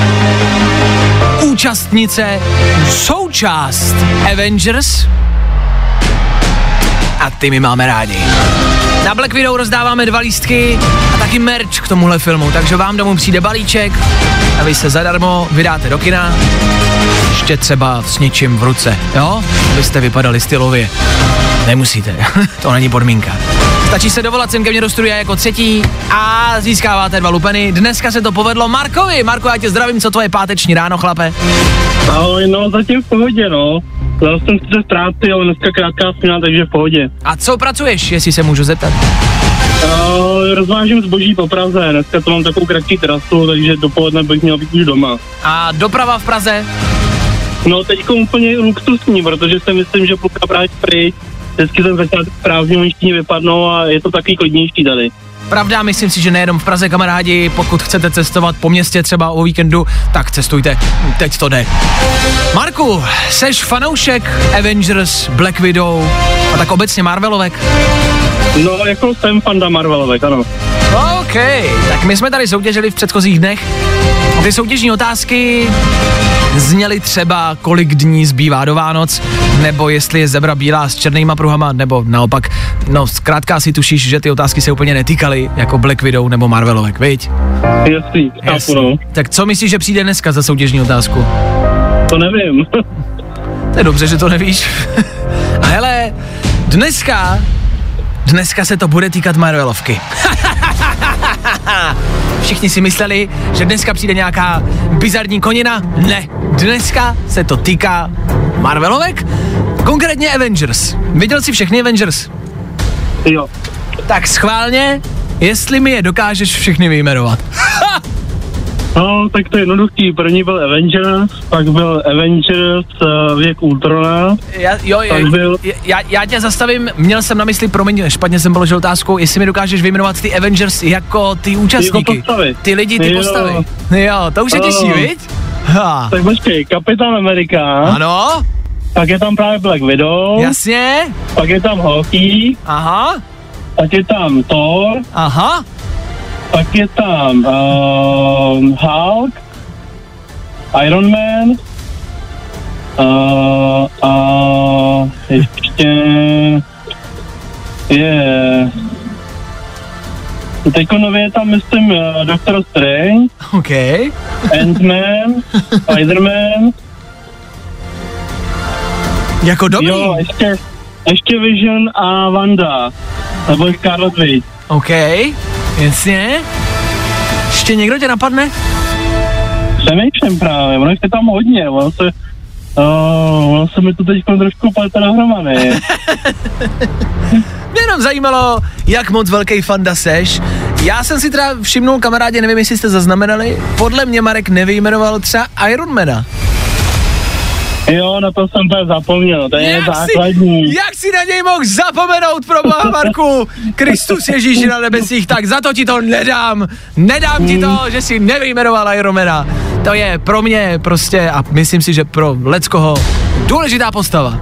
Účastnice, součást Avengers a ty my máme rádi. Na Black Widow rozdáváme 2 lístky a taky merch k tomuhle filmu, takže vám domů přijde balíček a vy se zadarmo vydáte do kina, ještě třeba s něčím v ruce, jo? Abyste vypadali stylově. Nemusíte, to není podmínka. Stačí se dovolat sem ke mně do studia jako třetí a získáváte 2 lupeny. Dneska se to povedlo Markovi. Marko, já tě zdravím, co tvoje páteční ráno, chlape? Ahoj, no zatím v pohodě, no. Dal jsem se v práci, ale dneska krátká směna, takže v pohodě. A co pracuješ, jestli se můžu zeptat? Rozvážím zboží po Praze, dneska to mám takovou kratší terasu, takže dopoledne bych měl být už doma. A doprava v Praze? No teďko úplně luxusní, protože si myslím, že půlka právě pryč. Vždycky ten začátek prázdniny vypadnou a je to takový klidnější tady. Pravda, myslím si, že nejenom v Praze, kamarádi, pokud chcete cestovat po městě třeba o víkendu, tak cestujte, teď to jde. Marku, seš fanoušek Avengers, Black Widow a tak obecně Marvelovek? No, jako jsem fanda Marvelovek, ano. OK, tak my jsme tady soutěžili v předchozích dnech. Ty soutěžní otázky zněly třeba, kolik dní zbývá do Vánoc, nebo jestli je zebra bílá s černýma pruhama, nebo naopak. No, zkrátka si tušíš, že ty otázky se úplně netýkaly, jako Black Widow nebo Marvelovek, viď? Jasný, chápu, no. Tak co myslíš, že přijde dneska za soutěžní otázku? To nevím. To je dobře, že to nevíš. A hele, dneska se to bude týkat Marvelovky. Všichni si mysleli, že dneska přijde nějaká bizarní konina. Ne, dneska se to týká Marvelovek, konkrétně Avengers. Viděl jsi všechny Avengers? Jo. Tak schválně, jestli mi je dokážeš všechny vyjmenovat. No, tak to je jednoduchý. První byl Avengers, pak byl Avengers Věk Ultrona. Já tě zastavím, měl jsem na mysli, promiň, špatně jsem položil otázku, jestli mi dokážeš vyjmenovat ty Avengers jako ty účastníky. Jako postavy. Ty lidi, ty postavy. Jo, to už je těžší, viď? Ha. Tak počkej, Kapitán Amerika. Ano. Pak je tam právě Black Widow. Jasně. Pak je tam Hawkeye. Aha. Pak je tam Thor. Aha. Pak je tam Hulk, Iron Man, ještě je... Teďko nově je tam, myslím, Doctor Strange, okay. Ant-Man, Spider-Man. Jako dobrý. Jo, ještě Vision a Wanda, nebo Scarlet Witch. OK, jasně. Ještě někdo tě napadne? Přemýšlím právě, ono je tam hodně, ono se mi to teď trošku plete dohromady. Mě jenom zajímalo, jak moc velký fanda seš Já jsem si teda všimnul, kamarádi, nevím, jestli jste zaznamenali, podle mě Marek nevyjmenoval třeba Ironmana. Jo, na to jsem to zapomněl, to je základní. Jak si na něj mohl zapomenout, proboha, Marku? Kristus Ježíši na nebesích, tak za to ti to nedám. Nedám ti to, že si nevyjmenoval Ironmana. To je pro mě prostě, a myslím si, že pro leckoho, důležitá postava.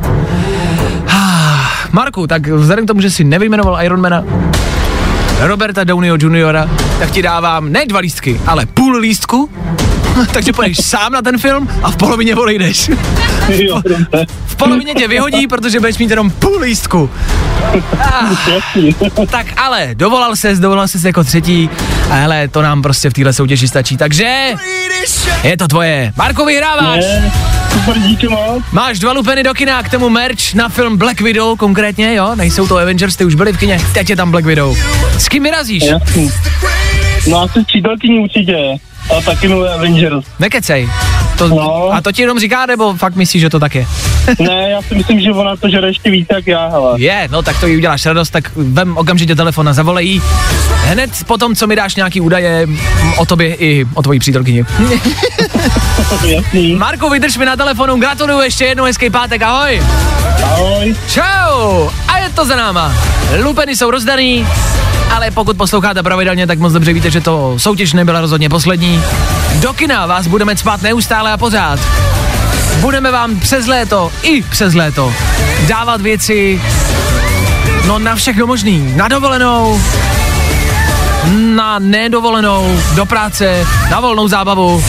Marku, tak vzhledem k tomu, že si nevyjmenoval Ironmana, Roberta Downeyho Juniora, tak ti dávám ne 2 lístky, ale půl lístku, takže půjdeš sám na ten film a v polovině odejdeš. V polovině tě vyhodí, protože budeš mít jenom půl lístku. Tak ale, dovolal ses jako třetí, a hele, to nám prostě v téhle soutěži stačí, takže je to tvoje. Marko, vyhráváš. Super, díky moc. Máš 2 lupeny do kina, k tomu merch na film Black Widow konkrétně, jo? Nejsou to Avengers, ty už byli v kině, teď je tam Black Widow. S kým vyrazíš? Jasný. No asi s přítelkyní určitě. A taky nové Avengers. Nekecej. A to ti jenom říká, nebo fakt myslíš, že to tak je? Ne, já si myslím, že ona to žere ještě víc jak já, hele. No tak to jí uděláš radost, tak vem okamžitě telefon a zavolej jí. Hned potom, co mi dáš nějaký údaje o tobě i o tvojí přítelkyni. Jasný. Marku, vydrž mi na telefonu, gratuluju ještě jednou, hezký pátek, ahoj. Ahoj. Čau. A je to za náma. Lupeny jsou rozdaný, ale pokud posloucháte pravidelně, tak moc dobře víte, že to soutěž nebyla rozhodně poslední. Do kina vás budeme cpát neustále a pořád. Budeme vám přes léto dávat věci, no na všechno možný. Na dovolenou, na nedovolenou, do práce, na volnou zábavu.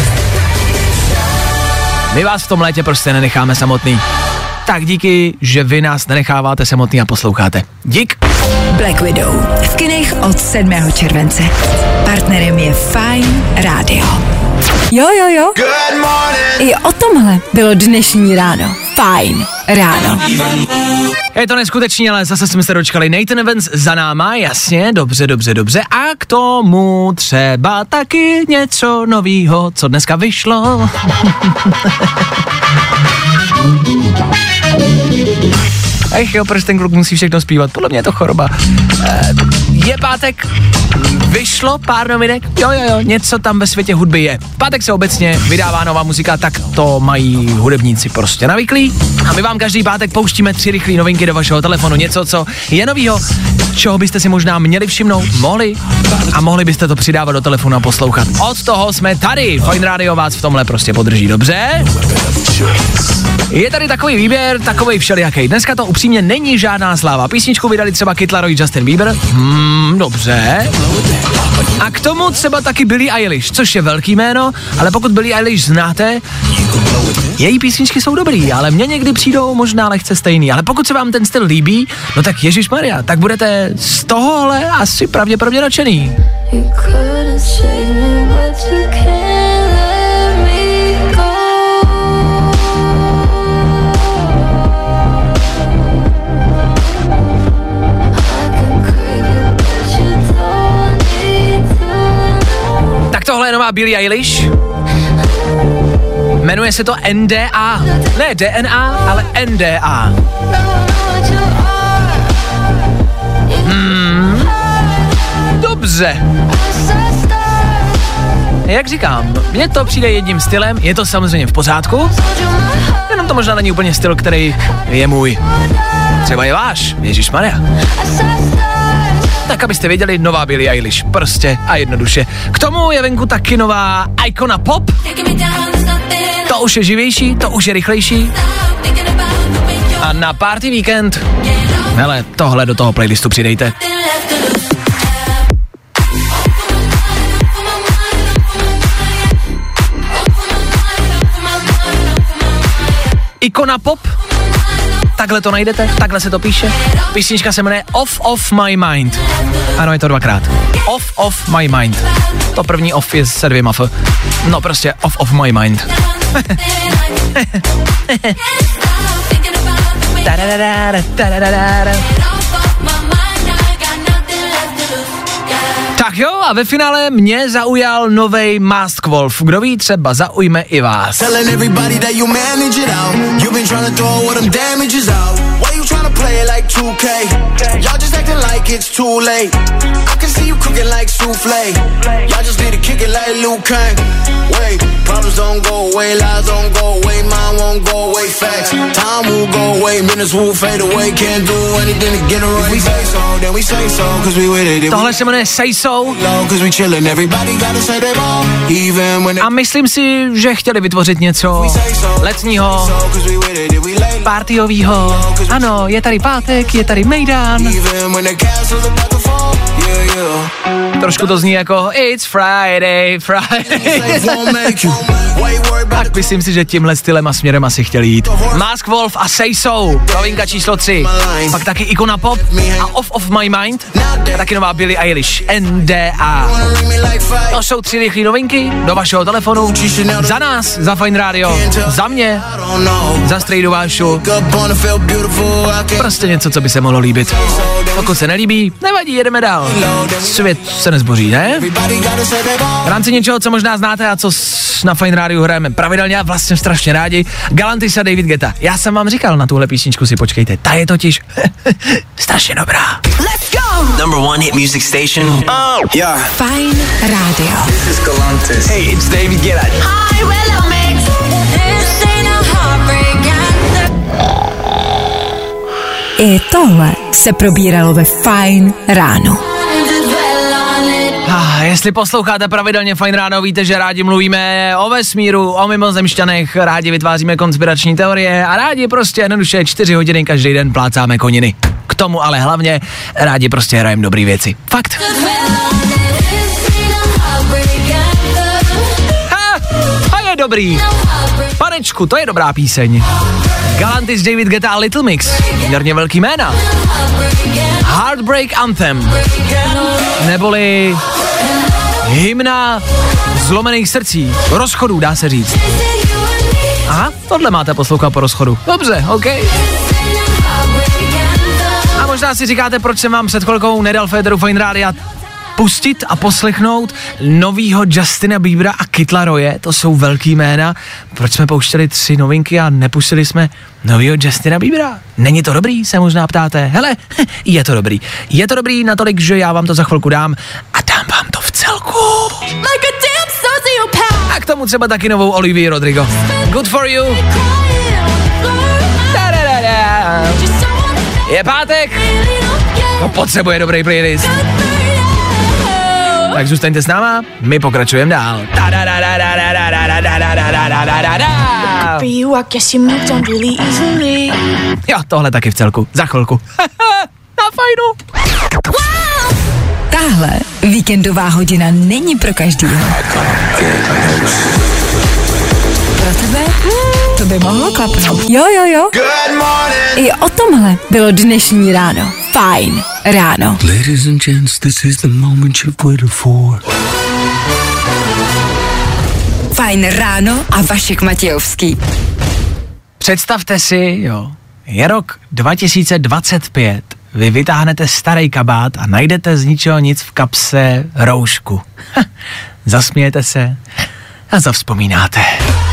My vás v tom létě prostě nenecháme samotný. Tak díky, že vy nás nenecháváte samotný a posloucháte. Dík. Black Widow v kinech od 7. července. Partnerem je Fajn Radio. Jo. Good morning. I o tomhle bylo dnešní ráno. Fajn ráno. Je to neskutečný, ale zase jsme se dočkali. Nathan Evans za náma, jasně, dobře. A k tomu třeba taky něco novýho, co dneska vyšlo. Ech jo, proč ten kluk musí všechno zpívat? Podle mě je to choroba. Je pátek, vyšlo pár novinek, jo, něco tam ve světě hudby je. V pátek se obecně vydává nová muzika, tak to mají hudebníci prostě navyklí. A my vám každý pátek pouštíme 3 rychlé novinky do vašeho telefonu, něco, co je novýho, čeho byste si možná měli všimnout, mohli byste to přidávat do telefonu a poslouchat. Od toho jsme tady, Fajn Radio vás v tomhle prostě podrží, dobře? Je tady takový výběr, takovej všelijaký. Dneska to upřímně není žádná sláva. Písničku vydali třeba Kid Laroi, Justin Bieber. Dobře. A k tomu třeba taky Billie Eilish, což je velký jméno, ale pokud Billie Eilish znáte, její písničky jsou dobrý, ale mně někdy přijdou možná lehce stejný. Ale pokud se vám ten styl líbí, no tak ježišmarja, tak budete z tohohle asi pravděpodobně nadšený. Tohle je nová Billie Eilish. Jmenuje se to NDA. Ne DNA, ale NDA. Dobře. Jak říkám, mně to přijde jedním stylem, je to samozřejmě v pořádku, jenom to možná není úplně styl, který je můj. Třeba je váš, ježišmarja. Tak abyste věděli, nová Billie Eilish, prostě a jednoduše. K tomu je venku taky nová Icona Pop. To už je živější, to už je rychlejší. A na party víkend, hele, tohle do toho playlistu přidejte. Icona Pop, takhle to najdete, takhle se to píše. Písnička se jmenuje Off of My Mind. Ano, je to 2krát. Off of My Mind. To první off je se 2 f. No prostě Off of My Mind. Tak jo, a ve finále mě zaujal novej Mask Wolf. Kdo ví, třeba zaujme i vás. tryna play it like 2K. Y'all just acting like it's too late. I can see you cooking like souffle. Y'all just need to kick it like Liu Kang. Wait, problems don't go away, lies don't go away, mine won't go away fast. Time will go away, minutes will fade away. Can't do anything to get around. We say so, then we say so, cause we with it. Tohle se jmenuje Say So. Cause we chillin', everybody gotta say they all. Even when a myslím si, že chtěli vytvořit něco letního, partyovýho. Ano, je tady pátek, je tady Mejdan. Trošku to zní jako It's Friday. Tak myslím si, že tímhle stylem a směrem asi chtěli jít. Mask Wolf a Say So, novinka číslo 3. Pak taky Ikona Pop a Off of My Mind. A taky nová Billie Eilish, NDA. To jsou 3 rychlé novinky do vašeho telefonu. Za nás, za Fajn Radio, za mě, za Strejdu Vášu. Prostě něco, co by se mohlo líbit. Pokud se nelíbí, nevadí, jedeme dál. Svět se nezboří, ne? V rámci něčeho, co možná znáte a co na Fajn Rádiu hrajeme pravidelně a vlastně strašně rádi, Galantis a David Guetta. Já jsem vám říkal, na tuhle písničku si počkejte, ta je totiž strašně dobrá. Let's go! Number 1 hit music station. Yeah. Fajn Radio. This is Galantis. Hey, it's David Guetta. Hi, Willow Mix. This ain't a heartbreak anthem. I tohle se probíralo ve Fajn ráno. Jestli posloucháte pravidelně Fajn ráno, víte, že rádi mluvíme o vesmíru, o mimozemšťanech, rádi vytváříme konspirační teorie a rádi prostě jednoduše 4 hodiny každý den plácáme koniny. K tomu ale hlavně rádi prostě hrajeme dobrý věci. Fakt. A je dobrý. Panečku, to je dobrá píseň. Galantis, David Guetta a Little Mix. Poměrně velký jména. Heartbreak Anthem. Neboli hymna zlomených srdcí. Rozchodů, dá se říct. Aha, tohle máte poslouchat po rozchodu. Dobře, OK. A možná si říkáte, proč jsem vám před chvilkou nedal Féteru Fajn Rádia pustit a poslechnout novýho Justina Biebera a Kid Laroye, to jsou velký jména. Proč jsme pouštěli 3 novinky a nepustili jsme novýho Justina Biebera? Není to dobrý, se možná ptáte. Hele, je to dobrý. Je to dobrý natolik, že já vám to za chvilku dám a dám vám to v celku. A k tomu třeba taky novou Olivia Rodrigo. Good for you. Je pátek. No, potřebuje dobrý playlist. Tak zůstaňte s náma, my pokračujeme dál. Jo, tohle taky v celku, za chvilku. Na fajnu. Tahle víkendová hodina není pro každýho. Pro tebe? To by mohlo klapnout. Jo. I o tomhle bylo dnešní ráno. Fajn ráno. Ladies and gents, this is the moment you've waited for. Fajn ráno a Vašek Matějovský. Představte si, jo, je rok 2025. Vy vytáhnete starý kabát a najdete z ničeho nic v kapse roušku. Zasmějete se a zavzpomínáte.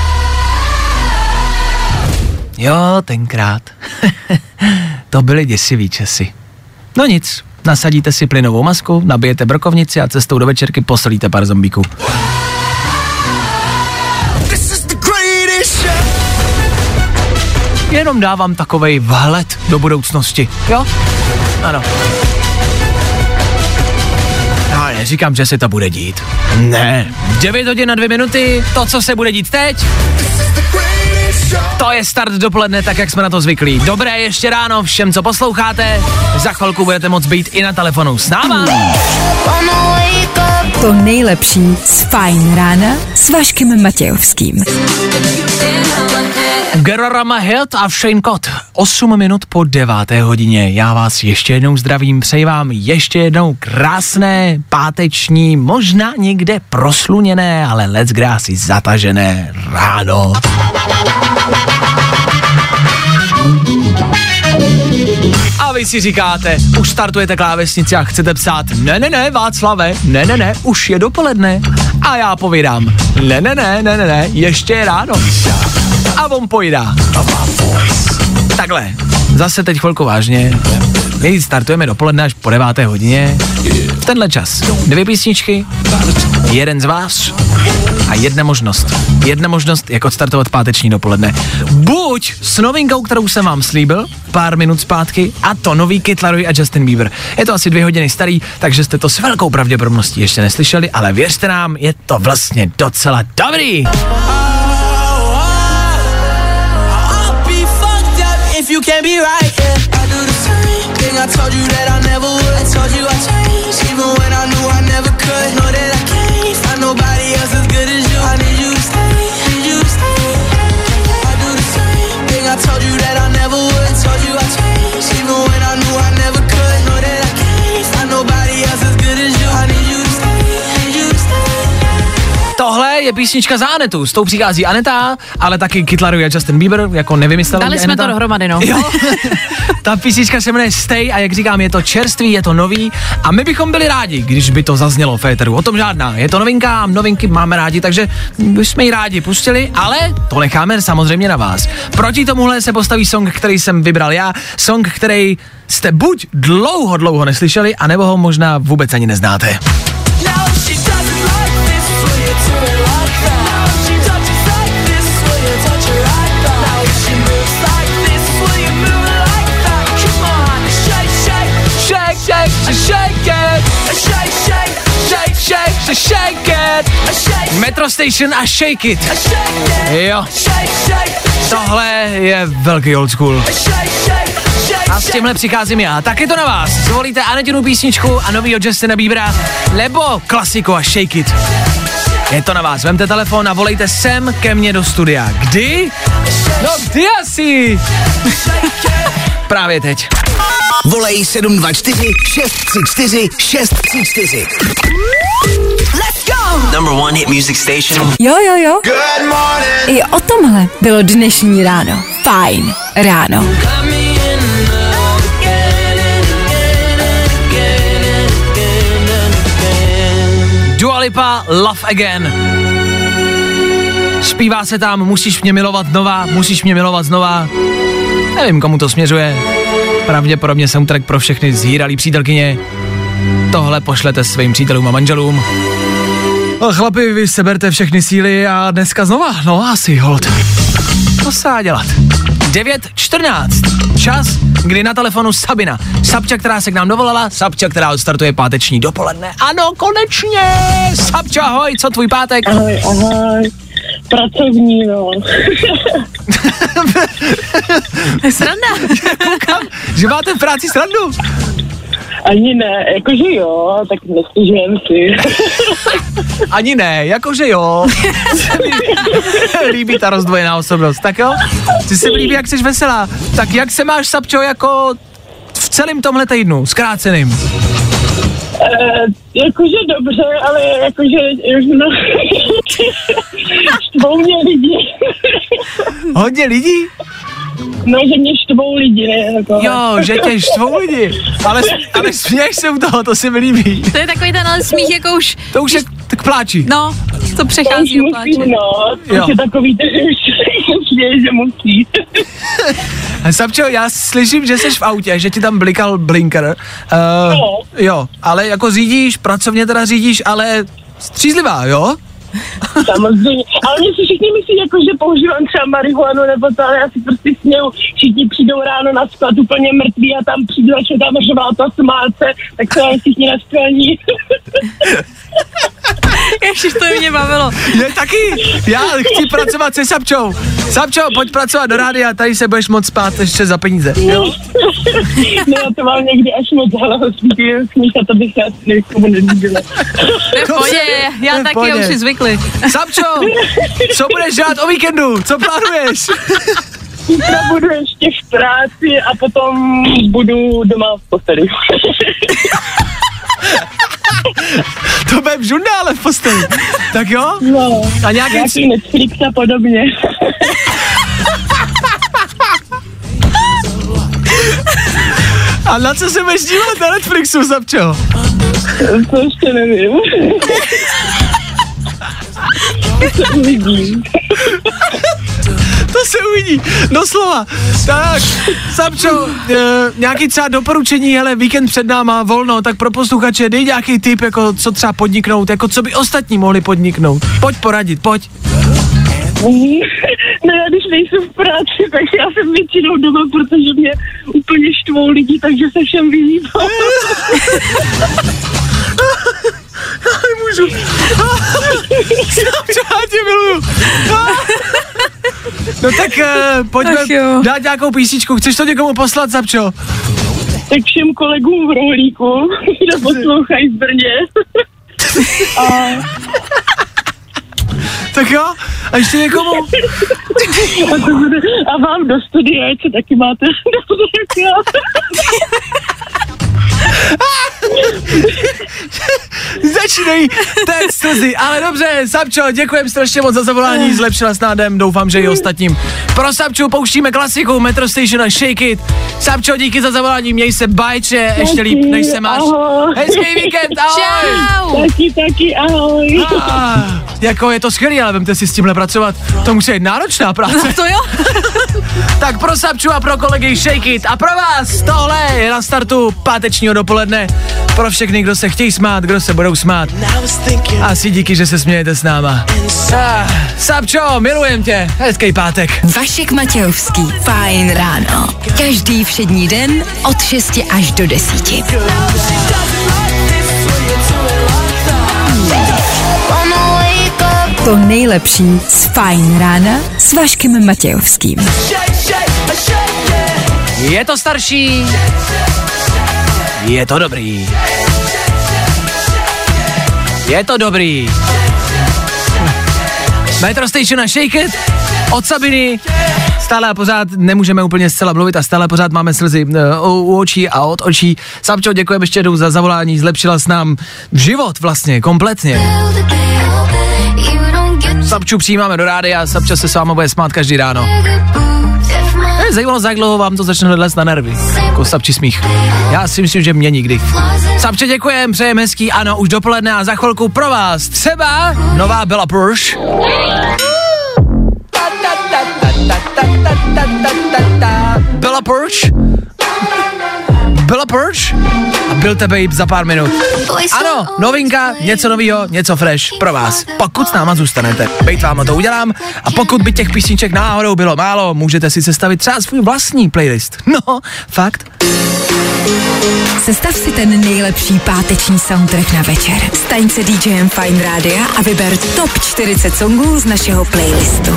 Jo, tenkrát. To byly děsivý časy. No nic, nasadíte si plynovou masku, nabijete brokovnici a cestou do večerky posolíte pár zombíků. Jenom dávám takovej vhled do budoucnosti, jo? Ano. No, neříkám, že se to bude dít. Ne, 9 hodin a 2 minuty, to, co se bude dít teď, to je start dopoledne, tak jak jsme na to zvyklí. Dobré ještě ráno všem, co posloucháte. Za chvilku budete moct být i na telefonu s náma. To nejlepší z Fajn rána s Vaškem Matějovským. Gerarama Hilt a Shane Cott. 8 minut po 9. hodině. Já vás ještě jednou zdravím, přeji vám ještě jednou krásné, páteční, možná někde prosluněné, ale leckgrásy zatažené ráno. A vy si říkáte, už startujete klávesnici a chcete psát ne, Václave, ne, už je dopoledne. A já povídám, ne, ještě je ráno. A on povídá. Takhle, Zase teď chvilku vážně. My startujeme dopoledne až po 9. hodině. V tenhle čas 2 písničky, jeden z vás a jedna možnost. Jedna možnost, jak odstartovat páteční dopoledne. Buď s novinkou, kterou jsem vám slíbil pár minut zpátky, a to nový Kid Laroi a Justin Bieber. Je to asi 2 hodiny starý, takže jste to s velkou pravděpodobností ještě neslyšeli, ale věřte nám, je to vlastně docela dobrý. If you can't be right, yeah, I do the same thing. I told you that I never would. I told you I changed, even when I knew I never could. Know that I can't find nobody else as good as you. I need you to stay, need you to stay. I do the same thing. I told you that I never would. I told you I changed, even when I knew I never could. Know that I can't find nobody else as good as you. I need you to stay, need you to stay. Tohle je písnička za Anetu, s tou přichází Aneta, ale taky Kid Laroi a Justin Bieber, jako nevymyslel. Dali jsme Aneta. to dohromady, no. Jo. Ta písnička se jmenuje Stay a jak říkám, je to čerstvý, je to nový a my bychom byli rádi, když by to zaznělo v éteru. O tom žádná, je to novinka, novinky máme rádi, takže bychom ji rádi pustili, ale to necháme samozřejmě na vás. Proti tomuhle se postaví song, který jsem vybral já, song, který jste buď dlouho neslyšeli, anebo ho možná vůbec ani neznáte. Shake it. Metro Station a Shake It. Jo. Tohle je velký old school. A s tímhle přicházím já. Tak je to na vás. Zvolíte Anetinu písničku a novýho Justina Biebera, nebo klasiku a Shake It. Je to na vás. Vemte telefon a volejte sem ke mně do studia. Kdy? No kdy asi? Právě teď. Volej 724 634 634. Let's go! Number 1 hit music station. Jo. Good morning. I o tomhle bylo dnešní ráno. Fajn ráno. Dua Lipa, Love Again. Zpívá se tam, musíš mě milovat znova. Nevím, komu to směřuje. Pravděpodobně soundtrack pro všechny zhýralý přítelkyně. Tohle pošlete svým přítelům a manželům. A chlapi, vy seberte všechny síly a dneska znova, no asi hold. Co se dá dělat? 9:14. Čas, kdy na telefonu Sabina. Sabča, která se k nám dovolala, Sabča, která odstartuje páteční dopoledne. Ano, konečně! Sabča, ahoj, co tvůj pátek? Ahoj. Pracovní, no. Sranda. Koukám, že máte v práci srandu. Ani ne, jakože jo, tak nestěžujem si. Ani ne, jakože jo. Líbí ta rozdvojená osobnost, tak jo? Ty se líbí, jak jsi veselá. Tak jak se máš, Sabčo, jako v celém tomhle týdnu, zkráceným? Jakože dobře, ale jakože štvou mě lidi. Hodně lidí? No, že mě štvou lidi, ne? Jako. Jo, že tě štvou lidi. Ale směješ se u toho, to se mi líbí. To je takový ten smích, jako už... To už je tak pláči. No, to přechází o pláči. No, to je takový, že už směje, že musí. Sabčo, já slyším, že jsi v autě, že ti tam blikal blinker. No. Jo, ale jako řídíš, pracovně teda řídíš, ale střízlivá, jo? Samozřejmě, ale mě si všichni myslí, jako, že používám třeba marihuanu nebo to, ale já si prostě směju, všichni přijdou ráno na sklad úplně mrtví a tam přijdu a tam řvát a smát se, tak se vám všichni naštvaní. Ježiš, to mě bavilo. Je taky, já chci pracovat se Sabčou. Sabčo, pojď pracovat do rádia, tady se budeš moc spát ještě za peníze, jo? Ne, já to mám někdy až moc smích a to bych se asi nikomu nelíbila. To je v pohodě, já taky už si zvykli. Sabčo, co budeš dělat o víkendu? Co plánuješ? Zítra budu ještě v práci a potom budu doma v posteli. To bude v žurnále v posteli. Tak jo? No, a nějaký Netflix a podobně. A na co se budeš dívat na Netflixu, Sabčo? To ještě nevím. To se uvidí, doslova. Tak, Sapčo, nějaký třeba doporučení, hele, víkend před náma, volno, tak pro posluchače dej nějaký tip, jako co třeba podniknout, jako co by ostatní mohli podniknout. Pojď poradit, pojď. No já když nejsem v práci, tak já jsem většinou doma, protože mě úplně štvou lidi, takže se všem vyhýbám. Nemůžu. Sapčo, já tě miluju. No tak pojďme dát nějakou písničku. Chceš to někomu poslat, Sapčo? Tak všem kolegům v rohlíku, kdo poslouchají v Brně. Tak jo, a ještě někomu? A vám do studia, co taky máte dobře jak já. Začínají ten slzy, ale dobře, Sapčo, děkujem strašně moc za zavolání, zlepšila s nádem, doufám, že i ostatním. Pro Sapču pouštíme klasiku Metro Station a Shake It. Sapčo, díky za zavolání, měj se bajče, ještě líp, než se máš. Ahoj. Hezký víkend, ahoj. Čau. Taky, ahoj. Jako je to skvělý, ale vemte si s tímhle pracovat, to musí být náročná práce. No to jo. Tak pro Sapču a pro kolegy Shake It a pro vás tohle je na startu pátečního dopoledne. Pro všechny, kdo se chtějí smát, kdo se budou smát. Asi díky, že se smějete s náma. Sapčo, milujem tě, hezký pátek. Vašek Matějovský, Fajn ráno. Každý všední den od 6 až do 10. To nejlepší z Fajn rána s Vaškem Matějovským. Je to starší, je to dobrý. Je to dobrý. Metro Station a Shake It od Sabiny. Stále a pořád nemůžeme úplně zcela mluvit a stále pořád máme slzy u očí a od očí. Sapčo, děkujeme ještě jednou za zavolání, zlepšila s nám život vlastně, kompletně. Sapču přijímáme do rádia, Sapčo se s váma bude smát každý ráno. Zajímalo, za jak dlouho vám to začne hledat na nervy. Jako Sapči smích. Já si myslím, že mě nikdy. Sapče, děkujem, přejeme hezký, ano, už dopoledne a za chvilku pro vás třeba nová Bella Porsche. Bella Porsche. Bella Porsche a Byl te babe za pár minut. Ano, novinka, něco novýho, něco fresh pro vás. Pokud s náma zůstanete, bejt vám to udělám a pokud by těch písniček náhodou bylo málo, můžete si sestavit třeba svůj vlastní playlist. No, fakt. Sestav si ten nejlepší páteční soundtrack na večer. Staň se DJem Fajn Rádia a vyber top 40 songů z našeho playlistu.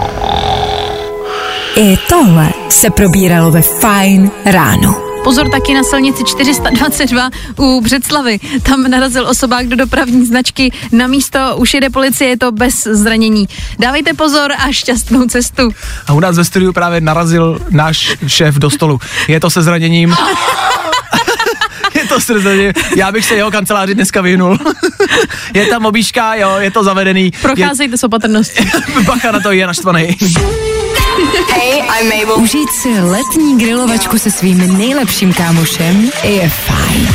I tohle se probíralo ve Fajn ráno. Pozor taky na silnici 422 u Břeclavy. Tam narazil osobák do dopravní značky. Na místo už jede policie, je to bez zranění. Dávejte pozor a šťastnou cestu. A u nás ve studiu právě narazil náš šéf do stolu. Je to se zraněním. Je to se zraněním. Já bych se jeho kanceláři dneska vyhnul. Je tam obíška, jo, je to zavedený. Procházejte s opatrností. Bacha na to, je naštvaný. Hey, I'm Mabel. Užít si letní grilovačku se svým nejlepším kámošem je fajn.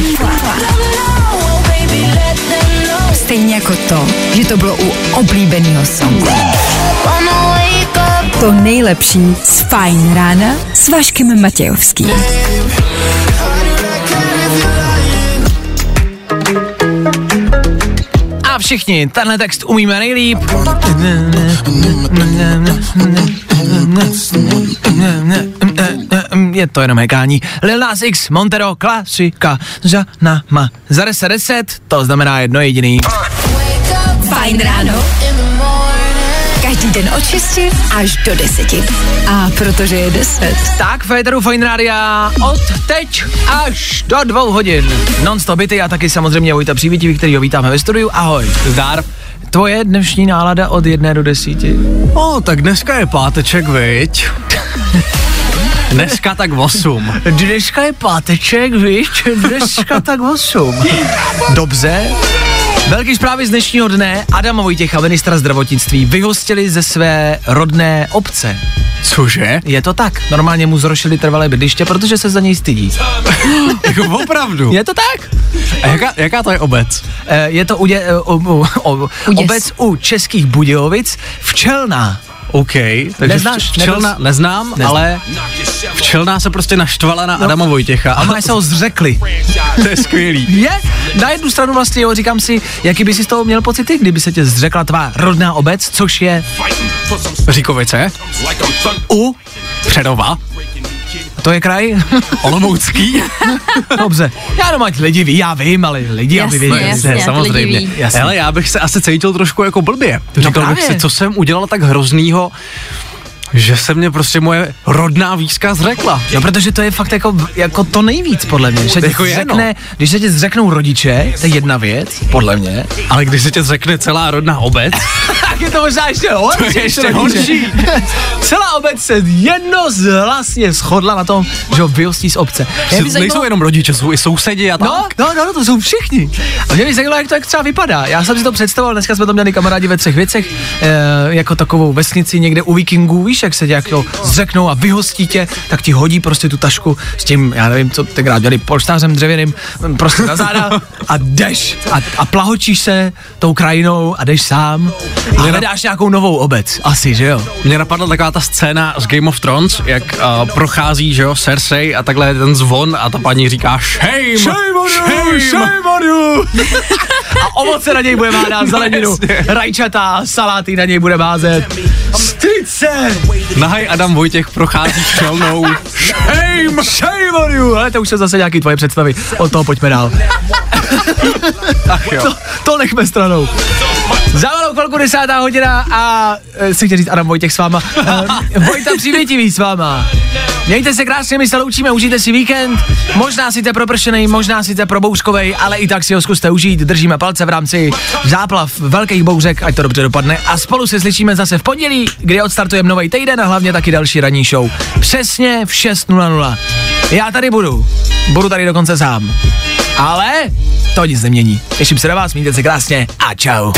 Stejně jako to, že to bylo u oblíbeného songu. To nejlepší z Fajn rána s Vaškem Matějovským. A všichni, tenhle text umíme nejlíp. Je to jenom hekání. Lil Nas X, Montero, klasika, za náma. Za 10, to znamená jedno jediný. Fajn ráno. Každý den od 6 až do 10. A protože je 10. Tak Féteru Fajn rádia od teď až do 2 hodin. Non-stop byty a taky samozřejmě Vojta Přívětivý, kterýho vítáme ve studiu. Ahoj. Zdar. Tvoje dnešní nálada od 1 do 10? Tak dneska je páteček, viď? Dneska tak 8. Dneska je páteček, viď? Dneska tak 8. Dobře. Velký zprávy z dnešního dne. Adama Vojtěcha, ministra zdravotnictví, vyhostili ze své rodné obce. Cože? Je to tak. Normálně mu zrušili trvalé bydliště, protože se za něj stydí. Jako opravdu? Je to tak? A jaká to je obec? Je to obec u Českých Budějovic, Včelná. OK. Takže neznáš? Neznám, ale včelná se prostě naštvala na Adama Vojtěcha. A má se ho zřekli. To je skvělý. Je? Na jednu stranu vlastně, jo, říkám si, jaký by si z toho měl pocit ty, kdyby se tě zřekla tvá rodná obec, což je... Říkovice. U Přerova. A to je kraj? Olomoucký. Dobře. Já jenom ať lidi ví, já vím, ale lidi, aby věděli. Jasně, samozřejmě. Ale já bych se asi cítil trošku jako blbě. Říkal bych si, co jsem udělal tak hroznýho, že se mě prostě moje rodná výzka zřekla. No, protože to je fakt jako to nejvíc, podle mě. Když se tě zřeknou rodiče, to je jedna věc, podle mě. Ale když se tě zřekne celá rodná obec, tak je to možná ještě horší. To je ještě horší. Celá obec se jednohlasně shodla na tom, že ho vyhostí z obce. Nejsou jenom rodiče, jsou i sousedi a tak. No, to jsou všichni. A mě by zajímalo, jak to třeba vypadá. Já jsem si to představoval, dneska jsme to měli kamarádi ve 3 věcech, jako takovou vesnici někde u Vikingů, víš, jak se tě jako zřeknou a vyhostí tě, tak ti hodí prostě tu tašku s tím, já nevím, co tenkrát dělali, polštářem dřevěným, prostě na záda a jdeš a plahočíš se tou krajinou a jdeš sám a hledáš nějakou novou obec, asi, že jo? Mně napadla taková ta scéna z Game of Thrones, jak prochází, že jo, Cersei a takhle je ten zvon a ta paní říká shame on you. A ovoce na něj bude hádat, zeleninu, rajčata, saláty na něj bude házet. Strice! Nahaj Adam Vojtěch prochází včelnou. Shame on you! Ale to už jsou zase nějaký tvoje představy. Od toho pojďme dál. Ach jo. To nechme stranou. Za malou chvilku 10. hodina a si chtěl říct Adam Vojtěch s váma. Vojta Přívětivý s váma. Mějte se krásně, my se loučíme, užijte si víkend. Možná sice propršenej, možná sice probouřkovej, ale i tak si ho zkuste užít. Držíme palce v rámci záplav velkých bouřek, ať to dobře dopadne. A spolu se slyšíme zase v pondělí, kdy odstartujeme nový týden a hlavně taky další ranní show. Přesně v 6:00. Já tady budu tady dokonce sám. Ale to nic nemění. Těším se na vás, mějte se krásně a čau.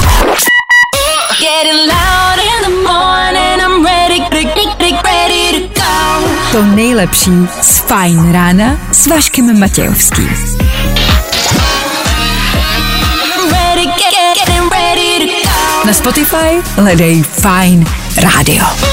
To nejlepší z Fajn rána s Vaškem Matějovským. Na Spotify hledej Fajn rádio.